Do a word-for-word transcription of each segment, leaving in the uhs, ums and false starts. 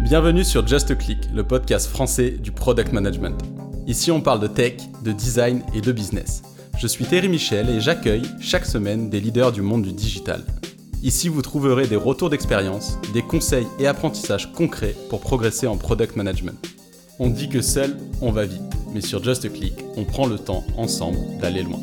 Bienvenue sur Just a Click, le podcast français du product management. Ici, on parle de tech, de design et de business. Je suis Thierry Michel et j'accueille chaque semaine des leaders du monde du digital. Ici, vous trouverez des retours d'expérience, des conseils et apprentissages concrets pour progresser en product management. On dit que seul, on va vite, mais sur Just a Click, on prend le temps ensemble d'aller loin.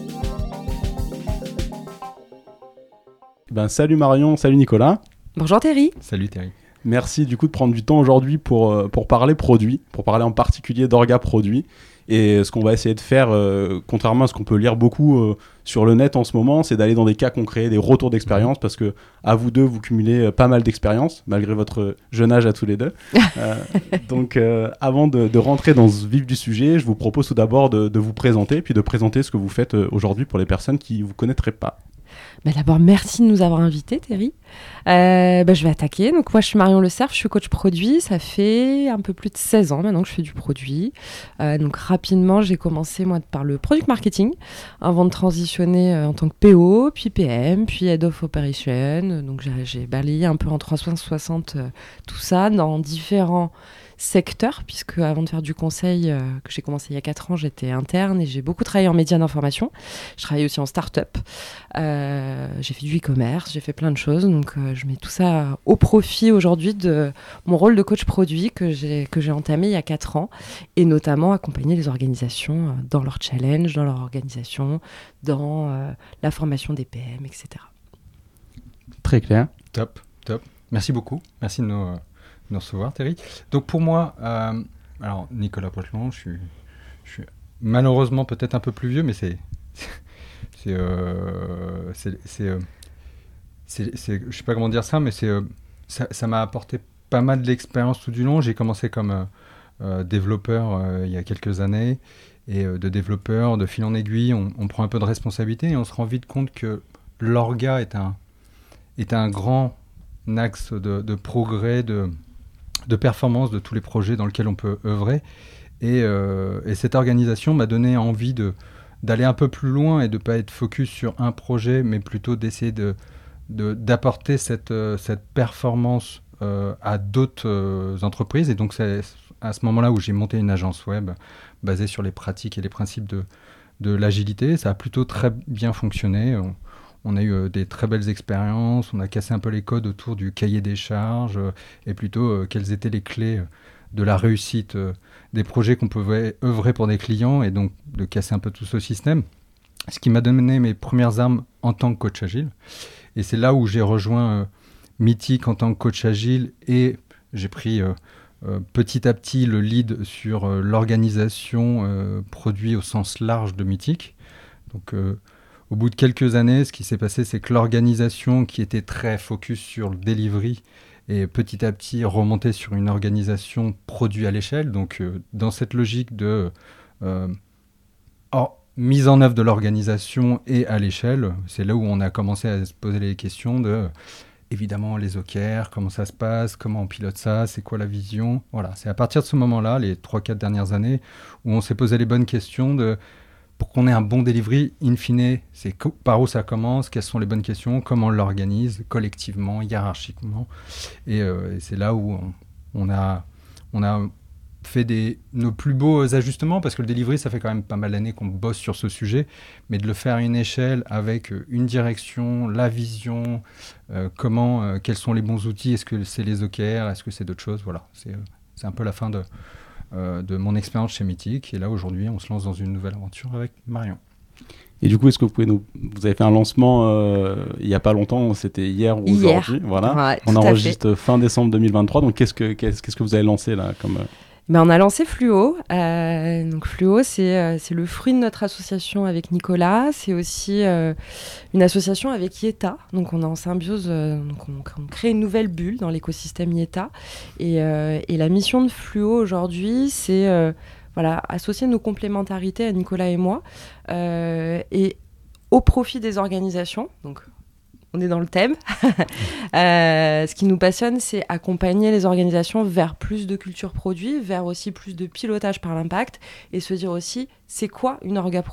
Ben, salut Marion, salut Nicolas. Bonjour Thierry. Salut Thierry. Merci du coup de prendre du temps aujourd'hui pour, pour parler produit, pour parler en particulier d'orga produit. Et ce qu'on va essayer de faire, euh, contrairement à ce qu'on peut lire beaucoup euh, sur le net en ce moment, c'est d'aller dans des cas concrets, des retours d'expérience, parce que à vous deux, vous cumulez euh, pas mal d'expérience, malgré votre jeune âge à tous les deux. Euh, donc euh, avant de, de rentrer dans ce vif du sujet, je vous propose tout d'abord de, de vous présenter, puis de présenter ce que vous faites euh, aujourd'hui pour les personnes qui ne vous connaîtraient pas. Bah d'abord, merci de nous avoir invités, Thierry. Euh, bah je vais attaquer. Donc, moi, je suis Marion Le Cerf, je suis coach produit. Ça fait un peu plus de seize ans maintenant que je fais du produit. Euh, donc, rapidement, j'ai commencé, moi, par le product marketing, avant de transitionner euh, en tant que P O, puis P M, puis Head of Operation. Donc, j'ai, j'ai balayé un peu en trois cent soixante euh, tout ça dans différents secteur, puisque avant de faire du conseil, euh, que j'ai commencé il y a quatre ans, j'étais interne et j'ai beaucoup travaillé en médias d'information. Je travaillais aussi en start-up. Euh, j'ai fait du e-commerce, j'ai fait plein de choses. Donc, euh, je mets tout ça au profit aujourd'hui de mon rôle de coach produit que j'ai, que j'ai entamé il y a quatre ans, et notamment accompagner les organisations dans leur challenge, dans leur organisation, dans euh, la formation des P M, et cetera. Très clair. Top, top. Merci beaucoup. Merci de nous... Euh... de recevoir, Thierry. Donc pour moi, euh, alors Nicolas Poitelon, je suis, je suis malheureusement peut-être un peu plus vieux, mais c'est, c'est, euh, c'est, c'est, euh, c'est, c'est, je sais pas comment dire ça, mais c'est, euh, ça, ça m'a apporté pas mal d'expérience tout du long. J'ai commencé comme euh, euh, développeur euh, il y a quelques années, et euh, de développeur, de fil en aiguille, on, on prend un peu de responsabilité et on se rend vite compte que l'orga est un, est un grand axe de, de progrès, de de performance de tous les projets dans lesquels on peut œuvrer. Et, euh, et cette organisation m'a donné envie de, d'aller un peu plus loin et de ne pas être focus sur un projet, mais plutôt d'essayer de, de, d'apporter cette, euh, cette performance euh, à d'autres euh, entreprises. Et donc, c'est à ce moment-là où j'ai monté une agence web basée sur les pratiques et les principes de, de l'agilité. Ça a plutôt très bien fonctionné. On, On a eu euh, des très belles expériences, on a cassé un peu les codes autour du cahier des charges euh, et plutôt euh, quelles étaient les clés euh, de la réussite euh, des projets qu'on pouvait œuvrer pour des clients, et donc de casser un peu tout ce système. Ce qui m'a donné mes premières armes en tant que coach agile. Et c'est là où j'ai rejoint euh, Mythic en tant que coach agile, et j'ai pris euh, euh, petit à petit le lead sur euh, l'organisation euh, produit au sens large de Mythic. Donc euh, Au bout de quelques années, ce qui s'est passé, c'est que l'organisation, qui était très focus sur le delivery, est petit à petit remontée sur une organisation produit à l'échelle. Donc, euh, dans cette logique de euh, or, mise en œuvre de l'organisation et à l'échelle, c'est là où on a commencé à se poser les questions de, évidemment, les O K R, comment ça se passe, comment on pilote ça, c'est quoi la vision. Voilà, c'est à partir de ce moment-là, les trois quatre dernières années, où on s'est posé les bonnes questions de... Pour qu'on ait un bon delivery, in fine, c'est co- par où ça commence, quelles sont les bonnes questions, comment on l'organise collectivement, hiérarchiquement. Et, euh, et c'est là où on, on, a, on a fait des, nos plus beaux ajustements, parce que le delivery, ça fait quand même pas mal d'années qu'on bosse sur ce sujet, mais de le faire à une échelle avec une direction, la vision, euh, comment, euh, quels sont les bons outils, est-ce que c'est les O K R, est-ce que c'est d'autres choses, voilà. C'est, euh, c'est un peu la fin de... Euh, de mon expérience chez Mythic, et là aujourd'hui on se lance dans une nouvelle aventure avec Marion. Et du coup, est-ce que vous pouvez nous... Vous avez fait un lancement euh, il n'y a pas longtemps, c'était hier ou Hier. aujourd'hui, voilà. Ouais, on enregistre fin décembre deux mille vingt-trois, donc qu'est-ce que, qu'est-ce, qu'est-ce que vous avez lancé là comme... Ben, on a lancé Fluo. Euh, donc Fluo, c'est, euh, c'est le fruit de notre association avec Nicolas. C'est aussi euh, une association avec Yeta. Donc on est en symbiose, euh, donc on, on crée une nouvelle bulle dans l'écosystème Yeta. Et, euh, et la mission de Fluo aujourd'hui, c'est euh, voilà, associer nos complémentarités à Nicolas et moi, euh, et au profit des organisations. Donc on est dans le thème. euh, ce qui nous passionne, c'est accompagner les organisations vers plus de culture produit, vers aussi plus de pilotage par l'impact, et se dire aussi, c'est quoi une orga produit ?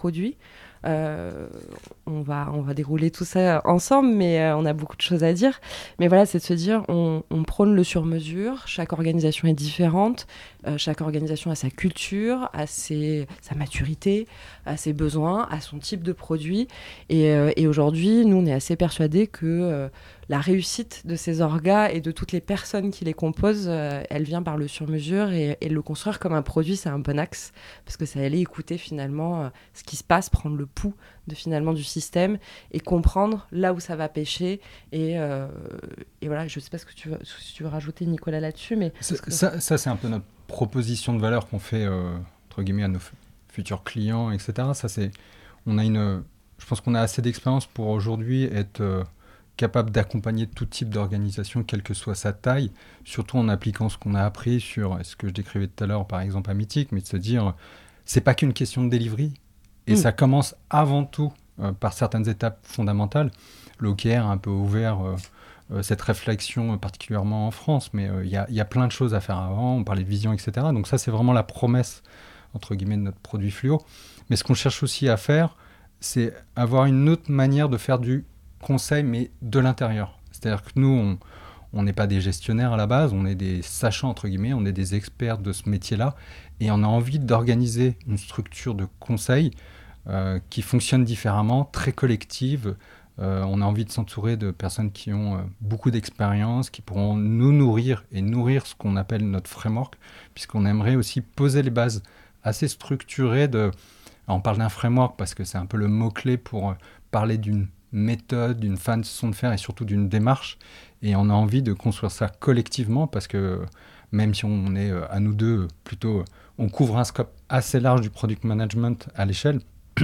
Euh, on, va, on va dérouler tout ça ensemble, mais euh, on a beaucoup de choses à dire. Mais voilà, c'est de se dire, on, on prône le sur-mesure, chaque organisation est différente, euh, chaque organisation a sa culture, a ses, sa maturité, a ses besoins, a son type de produit. Et, euh, et aujourd'hui, nous, on est assez persuadés que euh, la réussite de ces orgas et de toutes les personnes qui les composent, euh, elle vient par le sur-mesure, et, et le construire comme un produit, c'est un bon axe, parce que ça allait écouter finalement euh, ce qui se passe, prendre le pouls de, finalement, du système et comprendre là où ça va pêcher. Et, euh, et voilà, je ne sais pas ce que tu veux, si tu veux rajouter, Nicolas, là-dessus. Mais que... ça, ça, c'est un peu notre proposition de valeur qu'on fait, euh, entre guillemets, à nos f- futurs clients, et cetera. Ça, c'est, on a une, je pense qu'on a assez d'expérience pour aujourd'hui être euh, capable d'accompagner tout type d'organisation, quelle que soit sa taille, surtout en appliquant ce qu'on a appris sur ce que je décrivais tout à l'heure, par exemple, à Mythique, mais de se dire, c'est pas qu'une question de delivery. Et mmh. ça commence avant tout euh, par certaines étapes fondamentales. L'O K R a un peu ouvert euh, euh, cette réflexion, euh, particulièrement en France, mais il euh, y, y a plein de choses à faire avant. On parlait de vision, et cetera. Donc ça, c'est vraiment la promesse, entre guillemets, de notre produit fluo. Mais ce qu'on cherche aussi à faire, c'est avoir une autre manière de faire du conseil, mais de l'intérieur. C'est-à-dire que nous, on n'est pas des gestionnaires à la base, on est des sachants, entre guillemets, on est des experts de ce métier-là, et on a envie d'organiser une structure de conseil Euh, qui fonctionne différemment, très collective. Euh, on a envie de s'entourer de personnes qui ont euh, beaucoup d'expérience, qui pourront nous nourrir et nourrir ce qu'on appelle notre framework, puisqu'on aimerait aussi poser les bases assez structurées de... Alors, on parle d'un framework parce que c'est un peu le mot-clé pour euh, parler d'une méthode, d'une façon de faire et surtout d'une démarche. Et on a envie de construire ça collectivement parce que même si on est euh, à nous deux, plutôt, on couvre un scope assez large du product management à l'échelle,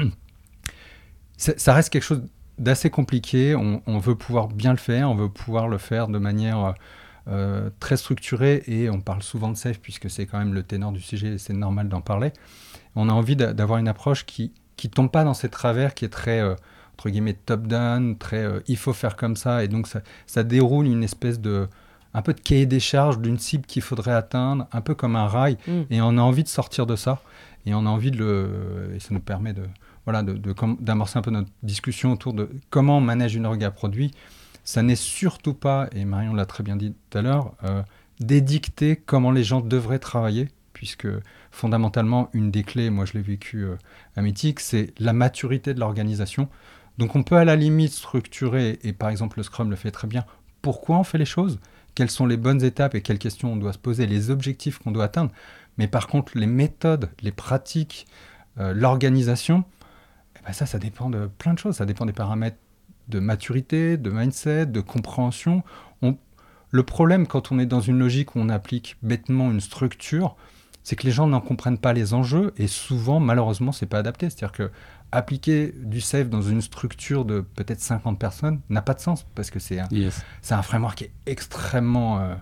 ça reste quelque chose d'assez compliqué. On, on veut pouvoir bien le faire, on veut pouvoir le faire de manière euh, très structurée, et on parle souvent de safe puisque c'est quand même le ténor du sujet et c'est normal d'en parler. On a envie d'avoir une approche qui qui tombe pas dans ces travers, qui est très euh, entre guillemets top-down, très euh, il faut faire comme ça, et donc ça, ça déroule une espèce de un peu de cahier des charges d'une cible qu'il faudrait atteindre, un peu comme un rail, mmh. et on a envie de sortir de ça, et on a envie de le... Et ça nous permet de, voilà, de, de, d'amorcer un peu notre discussion autour de comment on manage une orga produit. Ça n'est surtout pas, et Marion l'a très bien dit tout à l'heure, euh, d'édicter comment les gens devraient travailler, puisque fondamentalement, une des clés, moi je l'ai vécu euh, à Mythique, c'est la maturité de l'organisation. Donc on peut à la limite structurer, et par exemple le Scrum le fait très bien, pourquoi on fait les choses, quelles sont les bonnes étapes et quelles questions on doit se poser, les objectifs qu'on doit atteindre. Mais par contre, les méthodes, les pratiques, euh, l'organisation, eh ben ça, ça dépend de plein de choses. Ça dépend des paramètres de maturité, de mindset, de compréhension. On... Le problème, quand on est dans une logique où on applique bêtement une structure, c'est que les gens n'en comprennent pas les enjeux, et souvent, malheureusement, c'est pas adapté. C'est-à-dire que appliquer du safe dans une structure de peut-être cinquante personnes n'a pas de sens, parce que c'est un, yes. c'est un framework qui est extrêmement... Euh,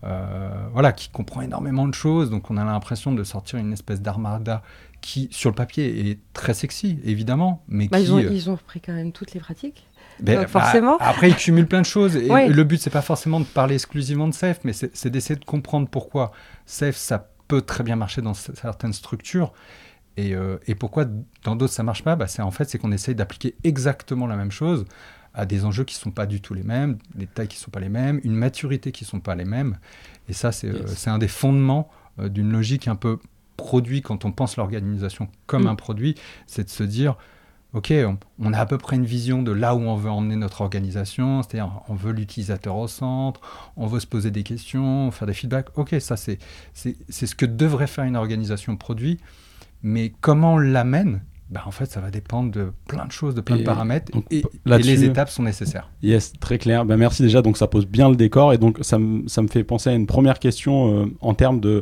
euh, voilà, qui comprend énormément de choses, donc on a l'impression de sortir une espèce d'armada qui, sur le papier, est très sexy, évidemment, mais bah, qui... Ils ont, euh... ils ont repris quand même toutes les pratiques, ben, donc, forcément. Bah, après, ils cumulent plein de choses, et oui. le but, c'est pas forcément de parler exclusivement de safe, mais c'est, c'est d'essayer de comprendre pourquoi safe, ça peut très bien marcher dans certaines structures, et, euh, et pourquoi dans d'autres, ça marche pas. Bah, c'est, en fait, c'est qu'on essaye d'appliquer exactement la même chose à des enjeux qui ne sont pas du tout les mêmes, des tailles qui ne sont pas les mêmes, une maturité qui ne sont pas les mêmes. Et ça, c'est, yes. euh, c'est un des fondements euh, d'une logique un peu produit, quand on pense l'organisation comme mmh. un produit, c'est de se dire, OK, on, on a à peu près une vision de là où on veut emmener notre organisation, c'est-à-dire on veut l'utilisateur au centre, on veut se poser des questions, faire des feedbacks. OK, ça, c'est, c'est, c'est ce que devrait faire une organisation produit, mais comment on l'amène ? Bah en fait, ça va dépendre de plein de choses, de plein et de paramètres, donc, et, et les étapes sont nécessaires. Yes, très clair. Bah, merci déjà, donc ça pose bien le décor, et donc ça, m- ça me fait penser à une première question euh, en termes de...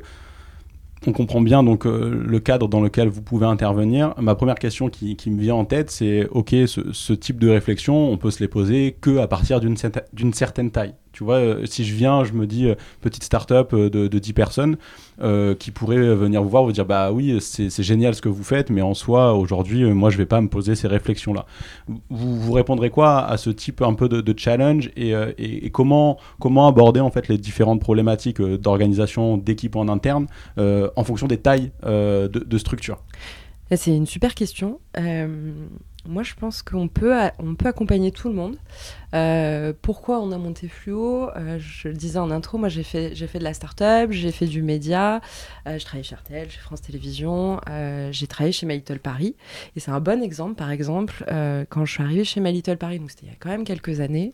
On comprend bien donc euh, le cadre dans lequel vous pouvez intervenir. Ma première question qui, qui me vient en tête, c'est ok, ce, ce type de réflexion, on peut se les poser que à partir d'une, cer- d'une certaine taille. Tu vois, euh, si je viens, je me dis euh, petite start-up euh, de, de dix personnes euh, qui pourraient venir vous voir, vous dire bah oui, c'est, c'est génial ce que vous faites, mais en soi, aujourd'hui, euh, moi, je vais pas me poser ces réflexions-là. Vous, vous répondrez quoi à ce type un peu de, de challenge, et, euh, et, et comment, comment aborder en fait les différentes problématiques euh, d'organisation, d'équipe en interne euh, en fonction des tailles euh, de, de structure? Et c'est une super question. Euh, moi, je pense qu'on peut, on peut accompagner tout le monde. Euh, pourquoi on a monté Fluo? euh, Je le disais en intro, moi j'ai fait, j'ai fait de la start-up, j'ai fait du média, euh, je travaillais chez R T L, chez France Télévisions, euh, j'ai travaillé chez My Little Paris. Et c'est un bon exemple, par exemple, euh, quand je suis arrivée chez My Little Paris, donc c'était il y a quand même quelques années,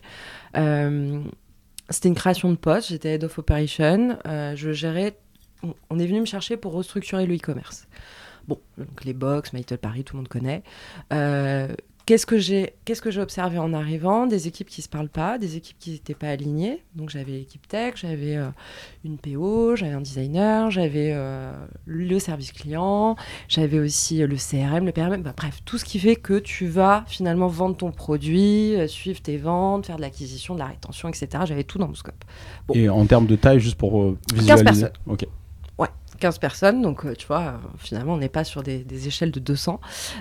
euh, c'était une création de poste, j'étais Head of Operation, euh, je gérais, on, on est venu me chercher pour restructurer le e-commerce. Bon, donc les box, My Little Paris, tout le monde connaît. Euh, qu'est-ce que j'ai, qu'est-ce que j'ai observé en arrivant? Des équipes qui ne se parlent pas, des équipes qui n'étaient pas alignées. Donc j'avais l'équipe tech, j'avais euh, une P O, j'avais un designer, j'avais euh, le service client, j'avais aussi le C R M, le P R M, bah, bref, tout ce qui fait que tu vas finalement vendre ton produit, euh, suivre tes ventes, faire de l'acquisition, de la rétention, et cetera. J'avais tout dans mon scope. Bon. Et en termes de taille, juste pour euh, visualiser. quinze personnes. Ok. Ouais, quinze personnes, donc euh, tu vois, euh, finalement on n'est pas sur des, des échelles de deux cents.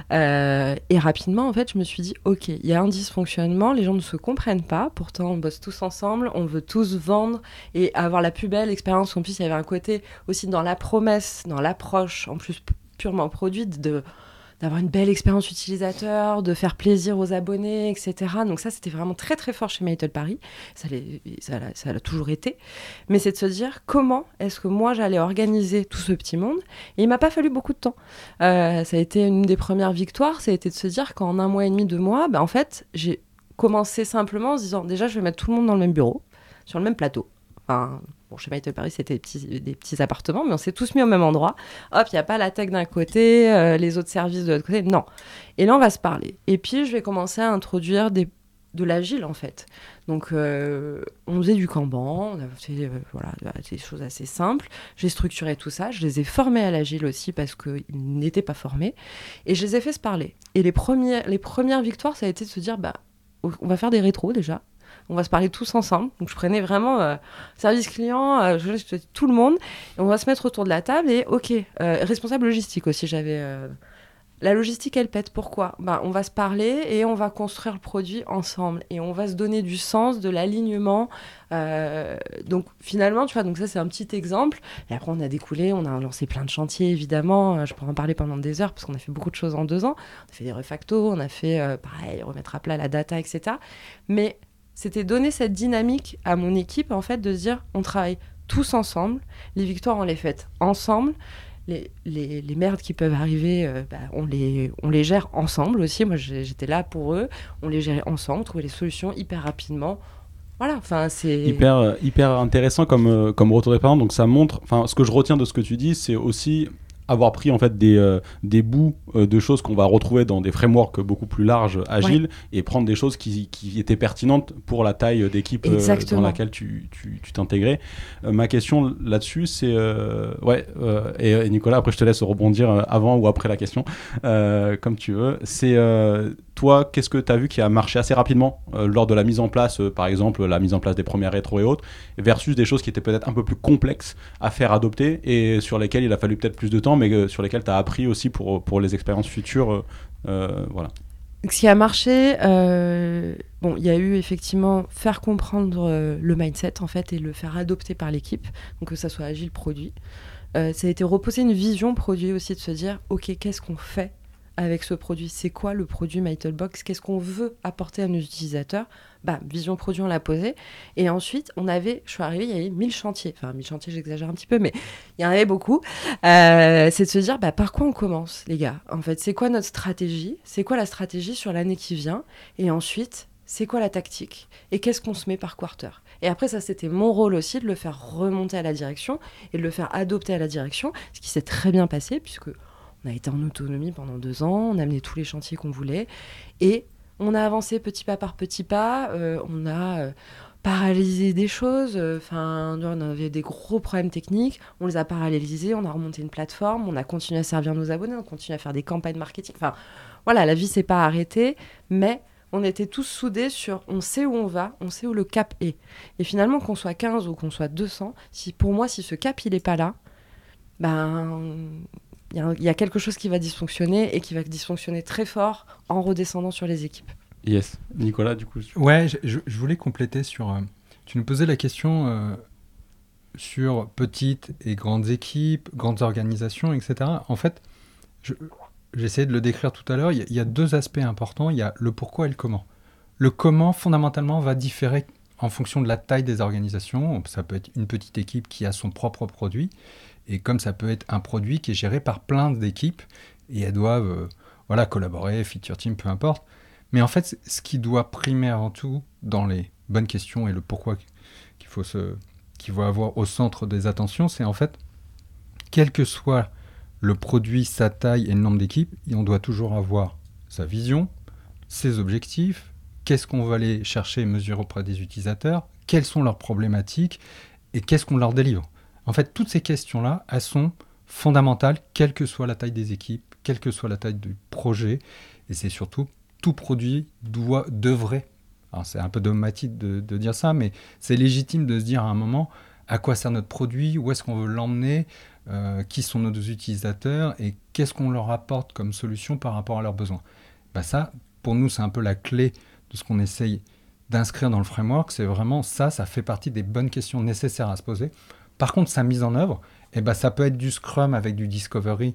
Euh, et rapidement, en fait, je me suis dit, ok, il y a un dysfonctionnement, les gens ne se comprennent pas, pourtant on bosse tous ensemble, on veut tous vendre et avoir la plus belle expérience. En plus, il y avait un côté aussi dans la promesse, dans l'approche, en plus p- purement produite, de d'avoir une belle expérience utilisateur, de faire plaisir aux abonnés, et cetera. Donc ça, c'était vraiment très très fort chez My Little Paris. Ça, ça, l'a, ça l'a toujours été. Mais c'est de se dire, comment est-ce que moi, j'allais organiser tout ce petit monde? Et il m'a pas fallu beaucoup de temps. Euh, ça a été une des premières victoires, ça a été de se dire qu'en un mois et demi, deux mois, bah, en fait, j'ai commencé simplement en se disant, déjà, je vais mettre tout le monde dans le même bureau, sur le même plateau. Enfin, bon, chez My Little Paris, c'était des petits, des petits appartements, mais on s'est tous mis au même endroit. Hop, il n'y a pas la tech d'un côté, euh, les autres services de l'autre côté. Non. Et là, on va se parler. Et puis, je vais commencer à introduire des, de l'agile, en fait. Donc, euh, on faisait du Kanban, on a fait euh, voilà, des choses assez simples. J'ai structuré tout ça. Je les ai formés à l'agile aussi parce qu'ils n'étaient pas formés. Et je les ai fait se parler. Et les, premiers, les premières victoires, ça a été de se dire, bah, on va faire des rétros déjà. On va se parler tous ensemble. Donc, je prenais vraiment euh, service client, euh, je, je, tout le monde. Et on va se mettre autour de la table. Et OK, euh, responsable logistique aussi, j'avais... Euh, la logistique, elle pète. Pourquoi? Bah, on va se parler et on va construire le produit ensemble. Et on va se donner du sens, de l'alignement. Euh, donc, finalement, tu vois, donc ça, c'est un petit exemple. Et après, on a découlé, on a lancé plein de chantiers, évidemment. Je pourrais en parler pendant des heures parce qu'on a fait beaucoup de choses en deux ans. On a fait des refactos, on a fait, euh, pareil, remettre à plat la data, et cetera. Mais... c'était donner cette dynamique à mon équipe, en fait, de se dire, on travaille tous ensemble, les victoires, on les fait ensemble, les, les, les merdes qui peuvent arriver, euh, bah, on, les, on les gère ensemble aussi. Moi, j'étais là pour eux, on les gérait ensemble, trouver les solutions hyper rapidement. Voilà, enfin, c'est... Hyper, hyper intéressant comme, euh, comme retour d'expérience. Donc, ça montre... Enfin, ce que je retiens de ce que tu dis, c'est aussi... avoir pris en fait des, euh, des bouts euh, de choses qu'on va retrouver dans des frameworks beaucoup plus larges, agiles, ouais. Et prendre des choses qui, qui étaient pertinentes pour la taille d'équipe euh, dans laquelle tu, tu, tu t'intégrais. Euh, ma question là-dessus, c'est... Euh, ouais, euh, et, et Nicolas, après je te laisse rebondir avant ou après la question, euh, comme tu veux. C'est... Euh, toi, qu'est-ce que tu as vu qui a marché assez rapidement euh, lors de la mise en place, euh, par exemple, la mise en place des premières rétros et autres, versus des choses qui étaient peut-être un peu plus complexes à faire adopter et sur lesquelles il a fallu peut-être plus de temps, mais euh, sur lesquelles tu as appris aussi pour, pour les expériences futures. Euh, euh, voilà. Ce qui a marché, euh, bon, il y a eu effectivement faire comprendre euh, le mindset en fait et le faire adopter par l'équipe, donc que ça soit agile produit. Euh, ça a été reposer une vision produit aussi, de se dire, ok, qu'est-ce qu'on fait avec ce produit? C'est quoi le produit My Little Box? Qu'est-ce qu'on veut apporter à nos utilisateurs? Bah, vision produit, on l'a posée. Et ensuite, on avait, je suis arrivée, il y avait mille chantiers. Enfin, mille chantiers, j'exagère un petit peu, mais il y en avait beaucoup. Euh, c'est de se dire, bah, par quoi on commence, les gars? En fait, c'est quoi notre stratégie? C'est quoi la stratégie sur l'année qui vient? Et ensuite, c'est quoi la tactique? Et qu'est-ce qu'on se met par quarter? Et après, ça, c'était mon rôle aussi de le faire remonter à la direction et de le faire adopter à la direction, ce qui s'est très bien passé, puisque on a été en autonomie pendant deux ans, on a amené tous les chantiers qu'on voulait, et on a avancé petit pas par petit pas, euh, on a euh, paralysé des choses, enfin, euh, on avait des gros problèmes techniques, on les a paralysés, on a remonté une plateforme, on a continué à servir nos abonnés, on continue à faire des campagnes marketing, enfin, voilà, la vie s'est pas arrêtée, mais on était tous soudés sur on sait où on va, on sait où le cap est. Et finalement, qu'on soit quinze ou qu'on soit deux cents, si, pour moi, si ce cap, il est pas là, ben... il y, y a quelque chose qui va dysfonctionner et qui va dysfonctionner très fort en redescendant sur les équipes. Yes. Nicolas, du coup je... Ouais, je, je voulais compléter sur... Euh, tu nous posais la question euh, sur petites et grandes équipes, grandes organisations, et cetera. En fait, je, j'essayais de le décrire tout à l'heure, il y, a, il y a deux aspects importants. Il y a le pourquoi et le comment. Le comment, fondamentalement, va différer en fonction de la taille des organisations. Ça peut être une petite équipe qui a son propre produit, et comme ça peut être un produit qui est géré par plein d'équipes, et elles doivent euh, voilà, collaborer, feature team, peu importe. Mais en fait, ce qui doit primer avant tout dans les bonnes questions et le pourquoi qu'il faut, se, qu'il faut avoir au centre des attentions, c'est en fait, quel que soit le produit, sa taille et le nombre d'équipes, on doit toujours avoir sa vision, ses objectifs, qu'est-ce qu'on va aller chercher et mesurer auprès des utilisateurs, quelles sont leurs problématiques et qu'est-ce qu'on leur délivre. En fait, toutes ces questions-là, elles sont fondamentales, quelle que soit la taille des équipes, quelle que soit la taille du projet, et c'est surtout, tout produit doit, devrait, alors c'est un peu dogmatique de, de dire ça, mais c'est légitime de se dire à un moment à quoi sert notre produit, où est-ce qu'on veut l'emmener, euh, qui sont nos utilisateurs et qu'est-ce qu'on leur apporte comme solution par rapport à leurs besoins. Ben ça, pour nous, c'est un peu la clé de ce qu'on essaye d'inscrire dans le framework, c'est vraiment ça, ça fait partie des bonnes questions nécessaires à se poser. Par contre, sa mise en œuvre, eh ben, ça peut être du Scrum avec du Discovery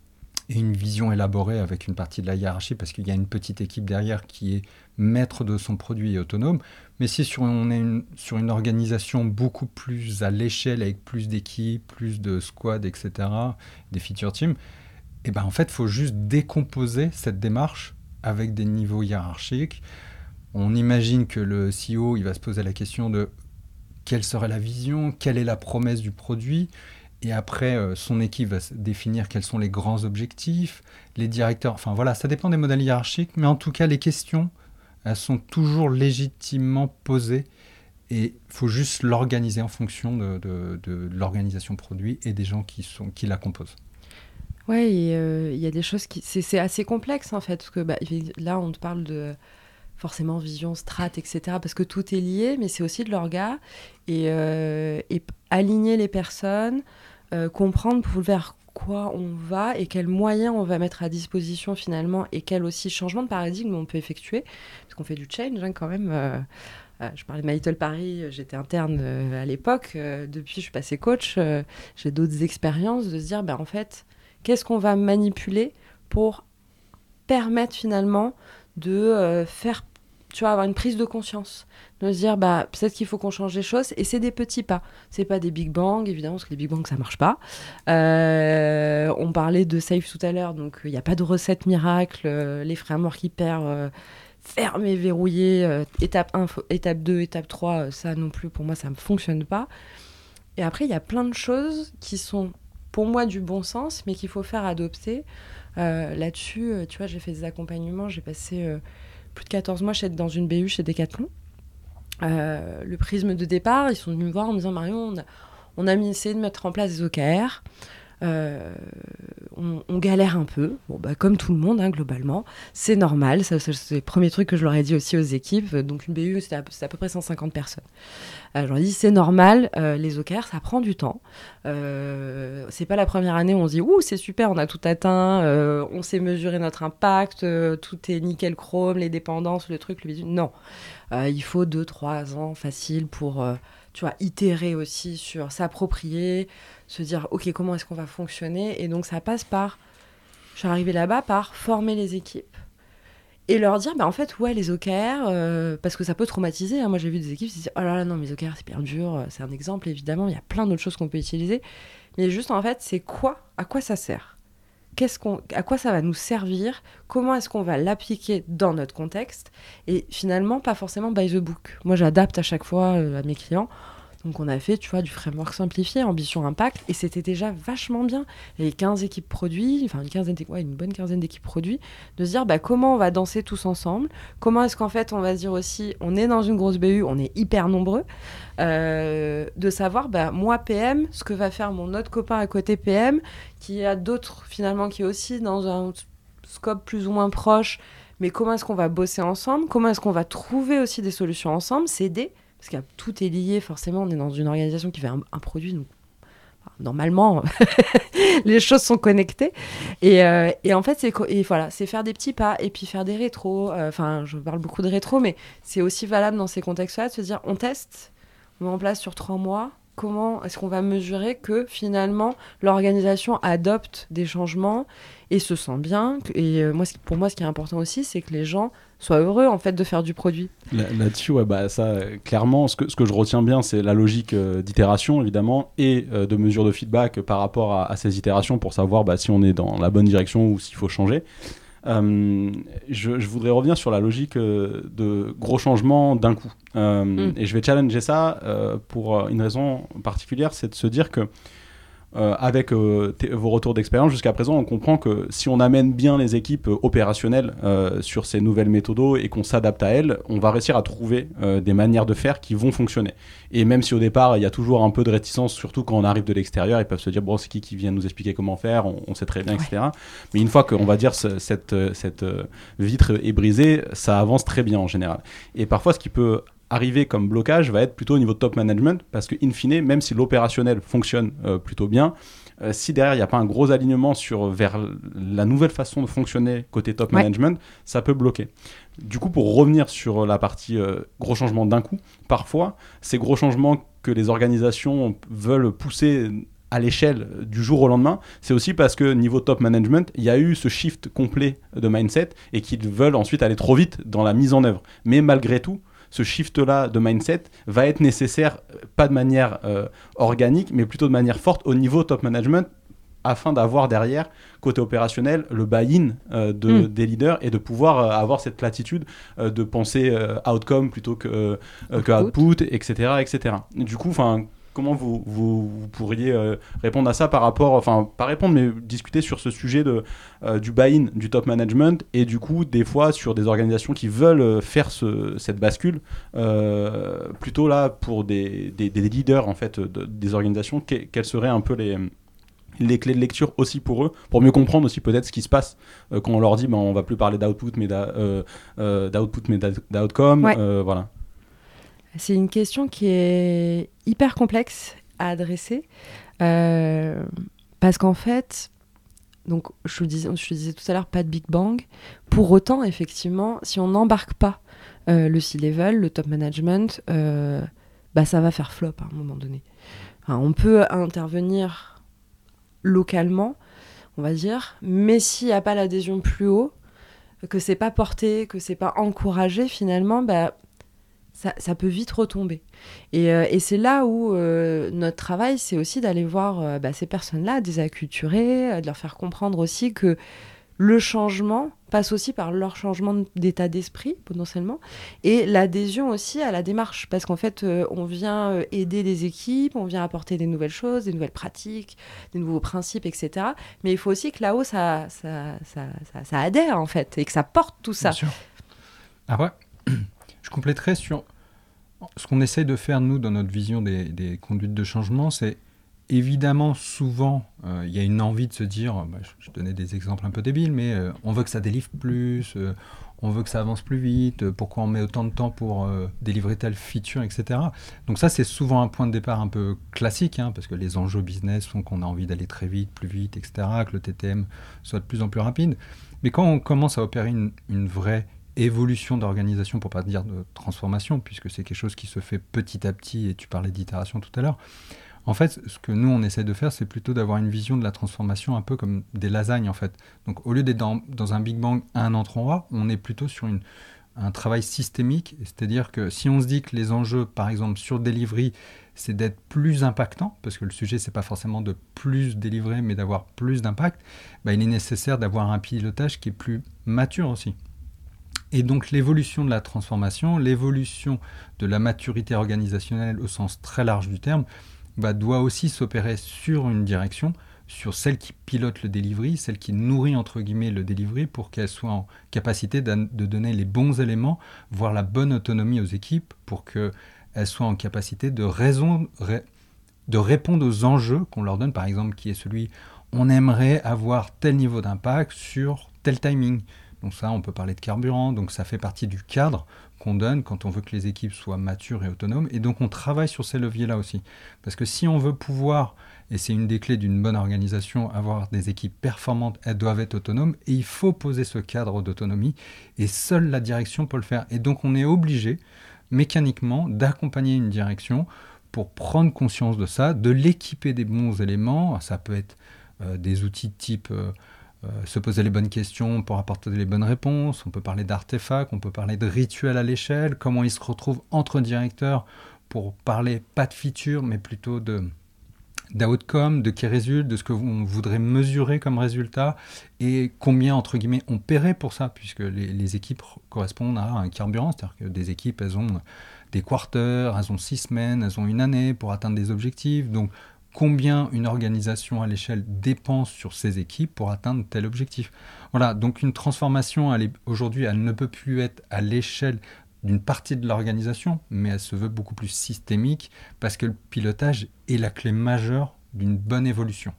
et une vision élaborée avec une partie de la hiérarchie, parce qu'il y a une petite équipe derrière qui est maître de son produit et autonome. Mais si sur, on est une, sur une organisation beaucoup plus à l'échelle, avec plus d'équipes, plus de squads, et cetera, des feature teams, eh ben, en fait, il faut juste décomposer cette démarche avec des niveaux hiérarchiques. On imagine que le C E O, il va se poser la question de quelle serait la vision, quelle est la promesse du produit, et après, euh, son équipe va définir quels sont les grands objectifs, les directeurs, enfin voilà, ça dépend des modèles hiérarchiques, mais en tout cas, les questions, elles sont toujours légitimement posées, et il faut juste l'organiser en fonction de, de, de l'organisation produit et des gens qui, sont, qui la composent. Ouais, il euh, y a des choses qui... C'est, c'est assez complexe, en fait, parce que bah, là, on te parle de... forcément vision, strat, et cetera, parce que tout est lié, mais c'est aussi de l'orga, et, euh, et aligner les personnes, euh, comprendre vers quoi on va, et quels moyens on va mettre à disposition finalement, et quel aussi changement de paradigme on peut effectuer, parce qu'on fait du change hein, quand même. Euh, euh, je parlais de My Little Paris, j'étais interne euh, à l'époque, euh, depuis je suis passée coach, euh, j'ai d'autres expériences, de se dire, ben, en fait, qu'est-ce qu'on va manipuler pour permettre finalement de euh, faire, tu vois, avoir une prise de conscience, de se dire bah peut-être qu'il faut qu'on change les choses, et c'est des petits pas, c'est pas des big bang évidemment, parce que les big bang ça marche pas. Euh, on parlait de safe tout à l'heure, donc il n'y a pas de recette miracle, euh, les frameworks hyper euh, fermés, verrouillés, euh, étape un, étape deux, étape trois, euh, ça non plus pour moi ça ne fonctionne pas. Et après il y a plein de choses qui sont pour moi du bon sens, mais qu'il faut faire adopter. Euh, là-dessus, euh, tu vois, j'ai fait des accompagnements, j'ai passé euh, plus de quatorze mois chez, dans une B U chez Decathlon. Euh, le prisme de départ, ils sont venus me voir en me disant « Marion, on a, on a mis, essayé de mettre en place des O K R. Euh, on, on galère un peu, bon, bah, comme tout le monde, hein, globalement. C'est normal, ça, ça, c'est le premier truc que je leur ai dit aussi aux équipes. Donc une B U, c'était à, c'était à peu près cent cinquante personnes. Euh, je leur ai dit, c'est normal, euh, les O K R, ça prend du temps. Euh, c'est pas la première année où on se dit « Ouh, c'est super, on a tout atteint, euh, on sait mesurer notre impact, euh, tout est nickel chrome, les dépendances, le truc, le visuel. » Non, euh, il faut deux trois ans facile pour... Euh, tu vois, itérer aussi sur s'approprier, se dire, OK, comment est-ce qu'on va fonctionner ? Et donc, ça passe par, je suis arrivée là-bas, par former les équipes et leur dire, bah, en fait, ouais, les O K R, euh, parce que ça peut traumatiser. Hein. Moi, j'ai vu des équipes qui se disent, oh là là, non, mes O K R, c'est bien dur. C'est un exemple, évidemment. Il y a plein d'autres choses qu'on peut utiliser. Mais juste, en fait, c'est quoi ? À quoi ça sert ? Qu'est-ce qu'on, à quoi ça va nous servir ? Comment est-ce qu'on va l'appliquer dans notre contexte ? Et finalement, pas forcément by the book. Moi, j'adapte à chaque fois euh, à mes clients. Donc, on a fait, tu vois, du framework simplifié, ambition impact, et c'était déjà vachement bien. Il y avait quinze équipes produits, enfin une quinzaine, ouais, une bonne quinzaine d'équipes produits, de se dire, bah, comment on va danser tous ensemble ? Comment est-ce qu'en fait, on va se dire aussi, on est dans une grosse B U, on est hyper nombreux, euh, de savoir, bah, moi, P M, ce que va faire mon autre copain à côté P M, qui a d'autres, finalement, qui est aussi dans un scope plus ou moins proche, mais comment est-ce qu'on va bosser ensemble ? Comment est-ce qu'on va trouver aussi des solutions ensemble, s'aider ? Parce que tout est lié, forcément, on est dans une organisation qui fait un, un produit, donc normalement, les choses sont connectées. Et, euh, et en fait, c'est, et voilà, c'est faire des petits pas, et puis faire des rétros. Enfin, euh, je parle beaucoup de rétros, mais c'est aussi valable dans ces contextes-là, de se dire, on teste, on met en place sur trois mois, comment est-ce qu'on va mesurer que finalement l'organisation adopte des changements et se sent bien. Et euh, moi, pour moi, ce qui est important aussi, c'est que les gens soient heureux en fait de faire du produit. Là, là-dessus, ouais, bah, ça, euh, clairement, ce que, ce que je retiens bien, c'est la logique euh, d'itération, évidemment, et euh, de mesure de feedback par rapport à, à ces itérations pour savoir bah, si on est dans la bonne direction ou s'il faut changer. Euh, je, je voudrais revenir sur la logique euh, de gros changements d'un coup. Euh, mm. Et je vais challenger ça euh, pour une raison particulière, c'est de se dire que Euh, avec euh, t- vos retours d'expérience jusqu'à présent, on comprend que si on amène bien les équipes euh, opérationnelles euh, sur ces nouvelles méthodos et qu'on s'adapte à elles, on va réussir à trouver euh, des manières de faire qui vont fonctionner. Et même si au départ, il y a toujours un peu de réticence, surtout quand on arrive de l'extérieur, ils peuvent se dire, bon, c'est qui qui vient nous expliquer comment faire, on, on sait très bien, ouais. et cetera. Mais une fois qu'on va dire ce, cette, cette euh, vitre est brisée, ça avance très bien en général. Et parfois, ce qui peut arriver comme blocage va être plutôt au niveau de top management, parce que in fine, même si l'opérationnel fonctionne euh, plutôt bien, euh, si derrière il n'y a pas un gros alignement sur, vers la nouvelle façon de fonctionner côté top ouais. management, ça peut bloquer. Du coup, pour revenir sur la partie euh, gros changements d'un coup, parfois ces gros changements que les organisations veulent pousser à l'échelle du jour au lendemain, c'est aussi parce que niveau top management, il y a eu ce shift complet de mindset et qu'ils veulent ensuite aller trop vite dans la mise en œuvre. Mais malgré tout, ce shift-là de mindset va être nécessaire, pas de manière euh, organique, mais plutôt de manière forte au niveau top management, afin d'avoir derrière, côté opérationnel, le buy-in euh, de, mm. des leaders et de pouvoir euh, avoir cette latitude euh, de penser euh, outcome plutôt que, euh, que output, et cetera, et cetera. Du coup, enfin... Comment vous, vous, vous pourriez euh, répondre à ça par rapport, enfin pas répondre, mais discuter sur ce sujet de, euh, du buy-in du top management et du coup des fois sur des organisations qui veulent faire ce, cette bascule, euh, plutôt là pour des, des, des leaders en fait de, des organisations, que, quelles seraient un peu les, les clés de lecture aussi pour eux, pour mieux comprendre aussi peut-être ce qui se passe euh, quand on leur dit ben, on va plus parler d'output mais d'a, euh, euh, d'output mais d'outcome, ouais. euh, voilà. C'est une question qui est hyper complexe à adresser euh, parce qu'en fait, donc je le disais, je le disais tout à l'heure, pas de Big Bang. Pour autant, effectivement, si on n'embarque pas euh, le C-level, le top management, euh, bah, ça va faire flop à un moment donné. Enfin, on peut intervenir localement, on va dire, mais s'il n'y a pas l'adhésion plus haut, que c'est pas porté, que c'est pas encouragé, finalement, bah Ça, ça peut vite retomber. Et, euh, et c'est là où euh, notre travail, c'est aussi d'aller voir euh, bah, ces personnes-là, des acculturer, euh, de leur faire comprendre aussi que le changement passe aussi par leur changement d'état d'esprit, potentiellement, et l'adhésion aussi à la démarche. Parce qu'en fait, euh, on vient euh, aider des équipes, on vient apporter des nouvelles choses, des nouvelles pratiques, des nouveaux principes, et cetera. Mais il faut aussi que là-haut, ça, ça, ça, ça, ça adhère, en fait, et que ça porte tout ça. Bien sûr. Ah ouais. Je compléterai sur ce qu'on essaie de faire, nous, dans notre vision des, des conduites de changement, c'est évidemment, souvent, il euh, y a une envie de se dire, bah, je, je donnais des exemples un peu débiles, mais euh, on veut que ça délivre plus, euh, on veut que ça avance plus vite, euh, pourquoi on met autant de temps pour euh, délivrer telle feature, et cetera. Donc ça, c'est souvent un point de départ un peu classique, hein, parce que les enjeux business font qu'on a envie d'aller très vite, plus vite, et cetera, que le T T M soit de plus en plus rapide. Mais quand on commence à opérer une, une vraie évolution d'organisation, pour ne pas dire de transformation, puisque c'est quelque chose qui se fait petit à petit, et tu parlais d'itération tout à l'heure. En fait, ce que nous, on essaie de faire, c'est plutôt d'avoir une vision de la transformation un peu comme des lasagnes, en fait. Donc, au lieu d'être dans, dans un Big Bang à un endroit, on est plutôt sur une, un travail systémique, c'est-à-dire que si on se dit que les enjeux, par exemple, sur delivery, c'est d'être plus impactant, parce que le sujet, c'est pas forcément de plus délivrer, mais d'avoir plus d'impact, bah, il est nécessaire d'avoir un pilotage qui est plus mature aussi. Et donc l'évolution de la transformation, l'évolution de la maturité organisationnelle au sens très large du terme, bah, doit aussi s'opérer sur une direction, sur celle qui pilote le delivery, celle qui nourrit entre guillemets le delivery pour qu'elle soit en capacité de donner les bons éléments, voire la bonne autonomie aux équipes pour qu'elles soient en capacité de, raison, de répondre aux enjeux qu'on leur donne, par exemple qui est celui on aimerait avoir tel niveau d'impact sur tel timing. Donc ça, on peut parler de carburant, donc ça fait partie du cadre qu'on donne quand on veut que les équipes soient matures et autonomes. Et donc on travaille sur ces leviers-là aussi. Parce que si on veut pouvoir, et c'est une des clés d'une bonne organisation, avoir des équipes performantes, elles doivent être autonomes, et il faut poser ce cadre d'autonomie, et seule la direction peut le faire. Et donc on est obligé, mécaniquement, d'accompagner une direction pour prendre conscience de ça, de l'équiper des bons éléments. Ça peut être euh, des outils de type euh, euh, se poser les bonnes questions pour apporter les bonnes réponses. On peut parler d'artefacts, on peut parler de rituels à l'échelle, comment ils se retrouvent entre directeurs pour parler pas de feature, mais plutôt de d'outcome, de qui résulte, de ce que on voudrait mesurer comme résultat et combien, entre guillemets, on paierait pour ça, puisque les, les équipes correspondent à un carburant, c'est-à-dire que des équipes, elles ont des quarters, elles ont six semaines, elles ont une année pour atteindre des objectifs, donc combien une organisation à l'échelle dépense sur ses équipes pour atteindre tel objectif. Voilà, donc une transformation, elle est, aujourd'hui, elle ne peut plus être à l'échelle d'une partie de l'organisation, mais elle se veut beaucoup plus systémique parce que le pilotage est la clé majeure d'une bonne évolution.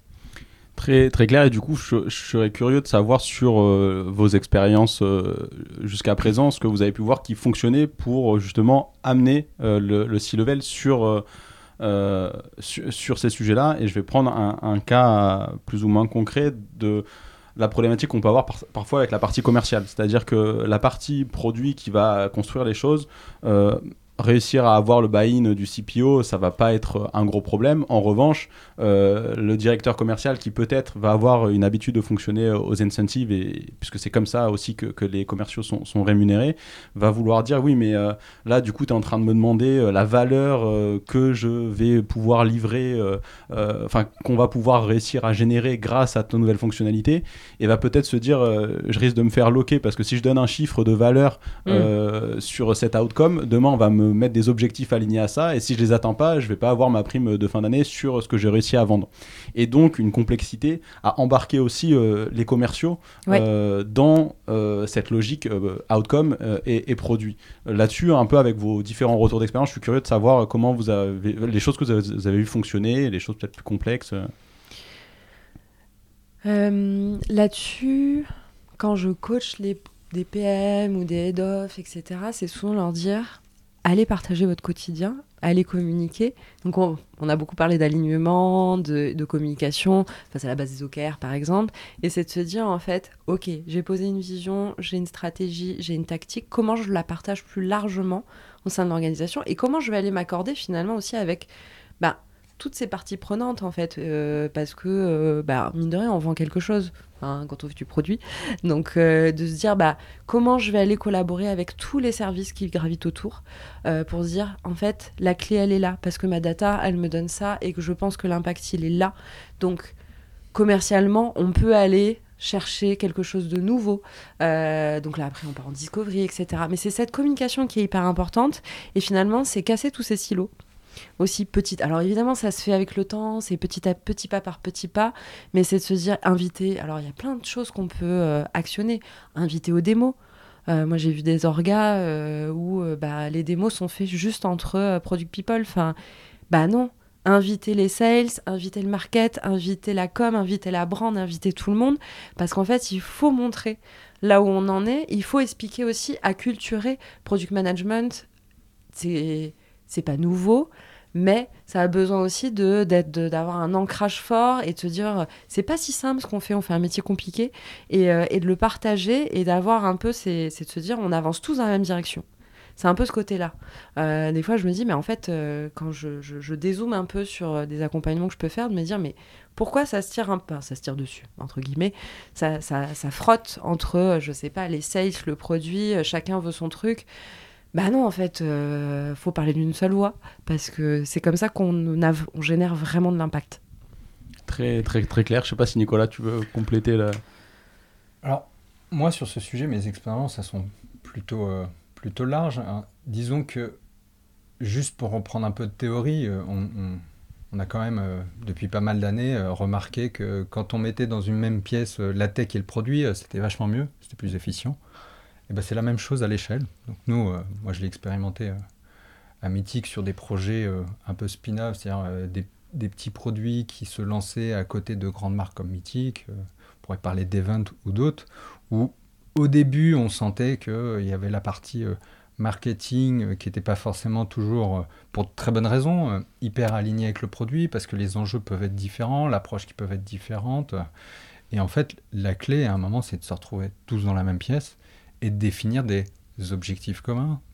Très, très clair, et du coup, je, je serais curieux de savoir sur euh, vos expériences euh, jusqu'à présent, ce que vous avez pu voir qui fonctionnait pour euh, justement amener euh, le, le C-level sur, euh, euh, sur, sur ces sujets-là. Et je vais prendre un, un cas plus ou moins concret de la problématique qu'on peut avoir par, parfois avec la partie commerciale. C'est-à-dire que la partie produit qui va construire les choses, euh, réussir à avoir le buy-in du C P O, ça va pas être un gros problème. En revanche, euh, le directeur commercial qui peut-être va avoir une habitude de fonctionner aux incentives, et, puisque c'est comme ça aussi que, que les commerciaux sont, sont rémunérés, va vouloir dire oui, mais euh, là, du coup, tu es en train de me demander euh, la valeur euh, que je vais pouvoir livrer, enfin, euh, euh, qu'on va pouvoir réussir à générer grâce à ta nouvelle fonctionnalité, et va peut-être se dire euh, je risque de me faire loquer parce que si je donne un chiffre de valeur euh, mmh. sur cet outcome, demain, on va me mettre des objectifs alignés à ça, et si je les atteins pas, je vais pas avoir ma prime de fin d'année sur ce que j'ai réussi à vendre. Et donc une complexité à embarquer aussi euh, les commerciaux ouais. euh, dans euh, cette logique euh, outcome euh, et, et produit. Euh, là-dessus, un peu avec vos différents retours d'expérience, je suis curieux de savoir comment vous avez les choses que vous avez, vous avez vu fonctionner, les choses peut-être plus complexes. Euh, là-dessus, quand je coach les, des P M ou des head-off, et cetera, c'est souvent leur dire allez partager votre quotidien, allez communiquer. Donc on, on a beaucoup parlé d'alignement, de, de communication, face à la base des O K R par exemple, et c'est de se dire en fait, ok, j'ai posé une vision, j'ai une stratégie, j'ai une tactique, comment je la partage plus largement au sein de l'organisation et comment je vais aller m'accorder finalement aussi avec bah, toutes ces parties prenantes en fait, euh, parce que euh, bah, mine de rien on vend quelque chose. Hein, quand on fait du produit, donc euh, de se dire bah, comment je vais aller collaborer avec tous les services qui gravitent autour euh, pour se dire en fait la clé elle est là parce que ma data elle me donne ça et que je pense que l'impact il est là, donc commercialement on peut aller chercher quelque chose de nouveau, euh, donc là après on part en discovery, etc. Mais c'est cette communication qui est hyper importante et finalement c'est casser tous ces silos aussi petite. Alors évidemment, ça se fait avec le temps, c'est petit à petit pas par petit pas, mais c'est de se dire inviter. Alors il y a plein de choses qu'on peut euh, actionner. Inviter aux démos. Euh, moi, j'ai vu des orgas euh, où euh, bah, les démos sont faits juste entre euh, product people. Enfin, bah non. Inviter les sales, inviter le market, inviter la com, inviter la brand, inviter tout le monde, parce qu'en fait, il faut montrer là où on en est. Il faut expliquer aussi, acculturer. Product management, c'est c'est pas nouveau, mais ça a besoin aussi de, d'être, de, d'avoir un ancrage fort et de se dire c'est pas si simple ce qu'on fait, on fait un métier compliqué, et, euh, et de le partager et d'avoir un peu, c'est, c'est de se dire on avance tous dans la même direction. C'est un peu ce côté-là. Euh, des fois, je me dis, mais en fait, euh, quand je, je, je dézoome un peu sur des accompagnements que je peux faire, de me dire, mais pourquoi ça se tire un peu, ça se tire dessus, entre guillemets, ça, ça, ça frotte entre, je sais pas, les sales, le produit, chacun veut son truc. Bah non, en fait, euh, faut parler d'une seule voix, parce que c'est comme ça qu'on a, on génère vraiment de l'impact. Très, très, très clair. Je sais pas si Nicolas, tu veux compléter la... Alors, moi, sur ce sujet, mes expériences, elles sont plutôt, euh, plutôt larges. Hein. Disons que, juste pour reprendre un peu de théorie, euh, on, on, on a quand même, euh, depuis pas mal d'années, euh, remarqué que quand on mettait dans une même pièce euh, la tech et le produit, euh, c'était vachement mieux, c'était plus efficient. Et ben, c'est la même chose à l'échelle. Donc nous, euh, moi je l'ai expérimenté euh, à Mythic sur des projets euh, un peu spin-off, c'est-à-dire euh, des, des petits produits qui se lançaient à côté de grandes marques comme Mythic, euh, on pourrait parler d'Event ou d'autres, où au début on sentait qu'il euh, y avait la partie euh, marketing euh, qui n'était pas forcément toujours, euh, pour de très bonnes raisons, euh, hyper alignée avec le produit, parce que les enjeux peuvent être différents, l'approche qui peut être différente. Et en fait, la clé à un moment, c'est de se retrouver tous dans la même pièce, et de définir des objectifs communs.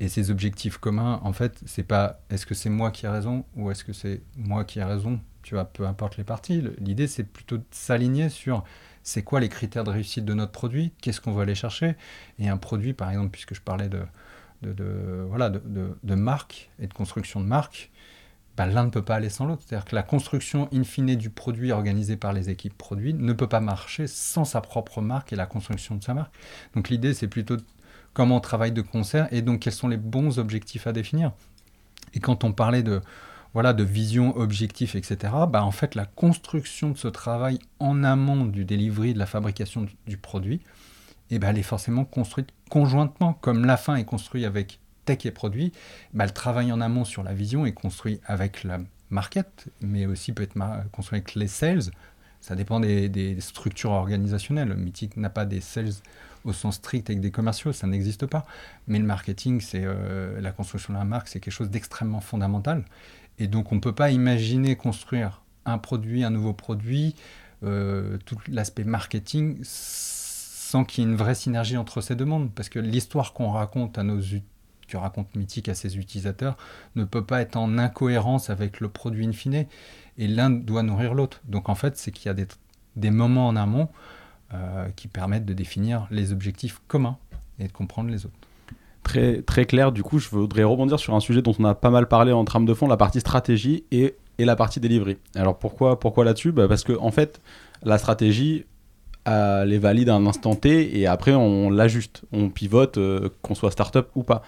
Et ces objectifs communs, en fait, c'est pas est-ce que c'est moi qui ai raison ou est-ce que c'est moi qui ai raison, tu vois, peu importe les parties. L'idée, c'est plutôt de s'aligner sur c'est quoi les critères de réussite de notre produit, qu'est-ce qu'on va aller chercher. Et un produit, par exemple, puisque je parlais de, de, de, voilà, de, de, de marque et de construction de marque, bah, l'un ne peut pas aller sans l'autre. C'est-à-dire que la construction in fine du produit organisée par les équipes produits ne peut pas marcher sans sa propre marque et la construction de sa marque. Donc l'idée, c'est plutôt comment on travaille de concert et donc quels sont les bons objectifs à définir. Et quand on parlait de, voilà, de vision, objectif, et cetera, bah, en fait, la construction de ce travail en amont du delivery, de la fabrication du produit, eh ben, elle est forcément construite conjointement. Comme la fin est construite avec tech et produit, bah, le travail en amont sur la vision est construit avec la market, mais aussi peut être mar- construit avec les sales. Ça dépend des, des structures organisationnelles. Mythic n'a pas des sales au sens strict avec des commerciaux, ça n'existe pas. Mais le marketing, c'est, euh, la construction de la marque, c'est quelque chose d'extrêmement fondamental. Et donc, on ne peut pas imaginer construire un produit, un nouveau produit, euh, tout l'aspect marketing, sans qu'il y ait une vraie synergie entre ces deux mondes. Parce que l'histoire qu'on raconte à nos utilisateurs, que raconte Mythic à ses utilisateurs, ne peut pas être en incohérence avec le produit in fine. Et l'un doit nourrir l'autre. Donc, en fait, c'est qu'il y a des, des moments en amont euh, qui permettent de définir les objectifs communs et de comprendre les autres. Très, très clair, du coup, je voudrais rebondir sur un sujet dont on a pas mal parlé en trame de fond, la partie stratégie et, et la partie delivery. Alors pourquoi, pourquoi là-dessus ? Bah parce que en fait, la stratégie, euh, elle est valide à un instant T et après on l'ajuste, on pivote, euh, qu'on soit start-up ou pas.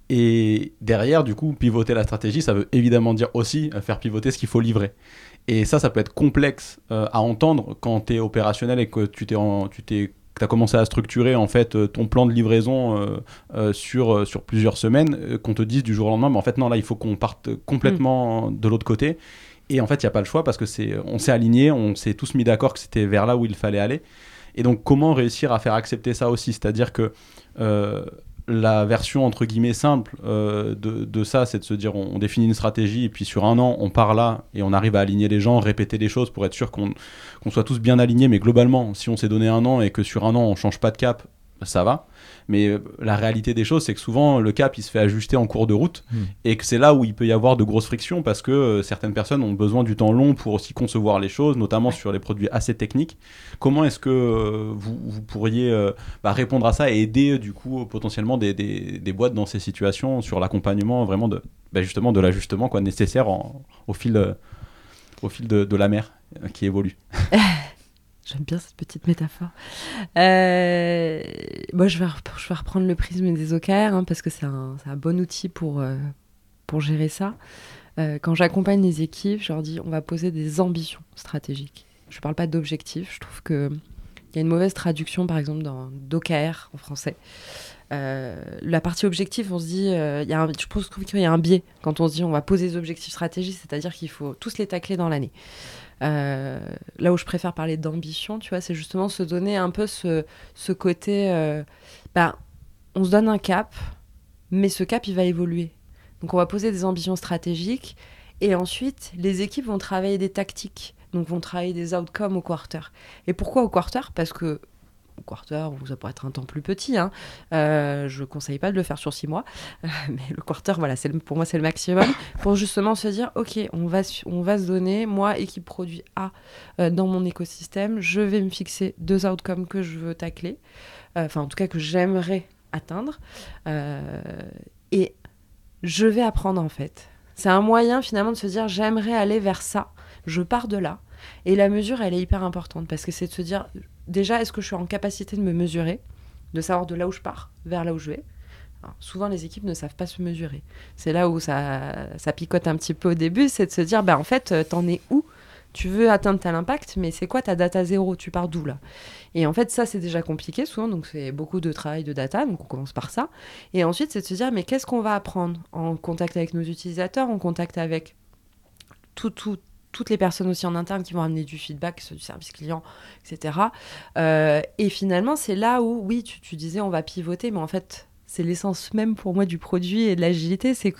Et derrière, du coup, pivoter la stratégie, ça veut évidemment dire aussi faire pivoter ce qu'il faut livrer. Et ça, ça peut être complexe euh, à entendre quand tu es opérationnel et que tu t'es, en, tu t'es tu as commencé à structurer en fait ton plan de livraison euh, euh, sur, euh, sur plusieurs semaines, euh, qu'on te dise du jour au lendemain, mais en fait non, là il faut qu'on parte complètement mmh. de l'autre côté. Et en fait il n'y a pas le choix parce que c'est, on s'est aligné, on s'est tous mis d'accord que c'était vers là où il fallait aller. Et donc comment réussir à faire accepter ça aussi ? C'est-à-dire que euh, la version entre guillemets simple euh, de, de ça, c'est de se dire on, on définit une stratégie et puis sur un an on part là et on arrive à aligner les gens, répéter les choses pour être sûr qu'on, qu'on soit tous bien alignés. Mais globalement, si on s'est donné un an et que sur un an on change pas de cap, ça va. Mais euh, la réalité des choses, c'est que souvent le cap il se fait ajuster en cours de route mmh. et que c'est là où il peut y avoir de grosses frictions parce que euh, certaines personnes ont besoin du temps long pour aussi concevoir les choses, notamment ouais. sur les produits assez techniques. Comment est-ce que euh, vous, vous pourriez euh, bah, répondre à ça et aider du coup potentiellement des, des, des boîtes dans ces situations sur l'accompagnement vraiment de, bah, justement de l'ajustement quoi, nécessaire en, au fil, euh, au fil de, de la mer euh, qui évolue. J'aime bien cette petite métaphore. Euh, moi, je vais, rep- je vais reprendre le prisme des O K R hein, parce que c'est un, c'est un bon outil pour, euh, pour gérer ça. Euh, quand j'accompagne les équipes, je leur dis on va poser des ambitions stratégiques. Je ne parle pas d'objectifs. Je trouve qu'il y a une mauvaise traduction, par exemple, dans d'O K R en français. Euh, la partie objectif, on se dit, euh, y a un, je trouve qu'il y a un biais quand on se dit on va poser des objectifs stratégiques, c'est-à-dire qu'il faut tous les tacler dans l'année. Euh, là où je préfère parler d'ambition, tu vois, c'est justement se donner un peu ce, ce côté, euh, bah, on se donne un cap, mais ce cap, il va évoluer. Donc, on va poser des ambitions stratégiques et ensuite, les équipes vont travailler des tactiques, donc vont travailler des outcomes au quarter. Et pourquoi au quarter ? Parce que au quarter, ou ça pourrait être un temps plus petit, hein. euh, je ne conseille pas de le faire sur six mois, euh, mais le quarter, voilà, c'est le, pour moi, c'est le maximum, pour justement se dire, ok, on va, on va se donner, moi, équipe produit A, euh, dans mon écosystème, je vais me fixer deux outcomes que je veux tacler, enfin, euh, en tout cas, que j'aimerais atteindre, euh, et je vais apprendre, en fait. C'est un moyen, finalement, de se dire, j'aimerais aller vers ça, je pars de là, et la mesure, elle est hyper importante, parce que c'est de se dire... Déjà, est-ce que je suis en capacité de me mesurer, de savoir de là où je pars, vers là où je vais ? Alors, souvent, les équipes ne savent pas se mesurer. C'est là où ça, ça picote un petit peu au début, c'est de se dire, bah, en fait, t'en es où ? Tu veux atteindre tel impact, mais c'est quoi ta data zéro ? Tu pars d'où là ? Et en fait, ça, c'est déjà compliqué souvent, donc c'est beaucoup de travail de data, donc on commence par ça. Et ensuite, c'est de se dire, mais qu'est-ce qu'on va apprendre en contact avec nos utilisateurs, en contact avec tout, tout, toutes les personnes aussi en interne qui vont amener du feedback, du service client, et cetera. Euh, et finalement, c'est là où, oui, tu, tu disais on va pivoter, mais en fait, c'est l'essence même pour moi du produit et de l'agilité, c'est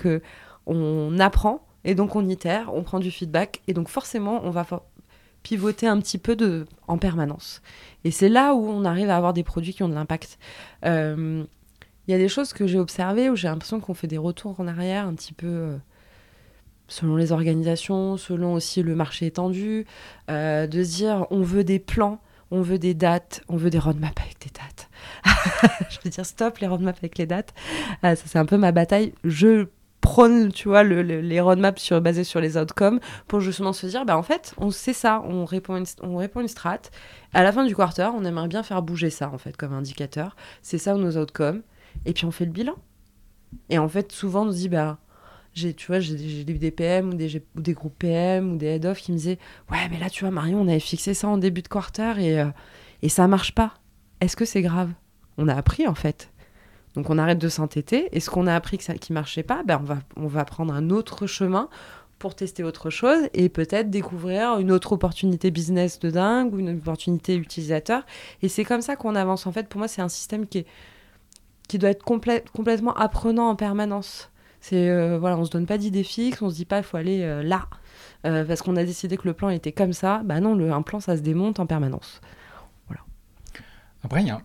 qu'on apprend et donc on itère, on prend du feedback et donc forcément, on va for- pivoter un petit peu de, en permanence. Et c'est là où on arrive à avoir des produits qui ont de l'impact. Euh, il y a des choses que j'ai observées où j'ai l'impression qu'on fait des retours en arrière un petit peu euh, selon les organisations, selon aussi le marché étendu, euh, de se dire on veut des plans, on veut des dates, on veut des roadmaps avec des dates. Je veux dire stop les roadmaps avec les dates. Ah, ça c'est un peu ma bataille. Je prône, tu vois, le, le, les roadmaps sur, basés sur les outcomes pour justement se dire, bah en fait, on sait ça, on répond une, on répond une strat. À la fin du quarter, on aimerait bien faire bouger ça en fait comme indicateur. C'est ça nos outcomes. Et puis on fait le bilan. Et en fait, souvent on nous dit, bah j'ai, tu vois, j'ai, j'ai des P M ou des, ou des groupes P M ou des head-off qui me disaient, ouais, mais là, tu vois, Marion, on avait fixé ça en début de quarter et, euh, et ça marche pas. Est-ce que c'est grave ? On a appris en fait. Donc on arrête de s'entêter. Et ce qu'on a appris que ça, qui marchait pas, ben on va, on va prendre un autre chemin pour tester autre chose et peut-être découvrir une autre opportunité business de dingue ou une opportunité utilisateur. Et c'est comme ça qu'on avance. En fait, pour moi, c'est un système qui, est, qui doit être complè- complètement apprenant en permanence. C'est, euh, voilà, on se donne pas d'idée fixe, on se dit pas il faut aller euh, là euh, parce qu'on a décidé que le plan était comme ça. Bah non, le, un plan ça se démonte en permanence. Voilà. Après, il y a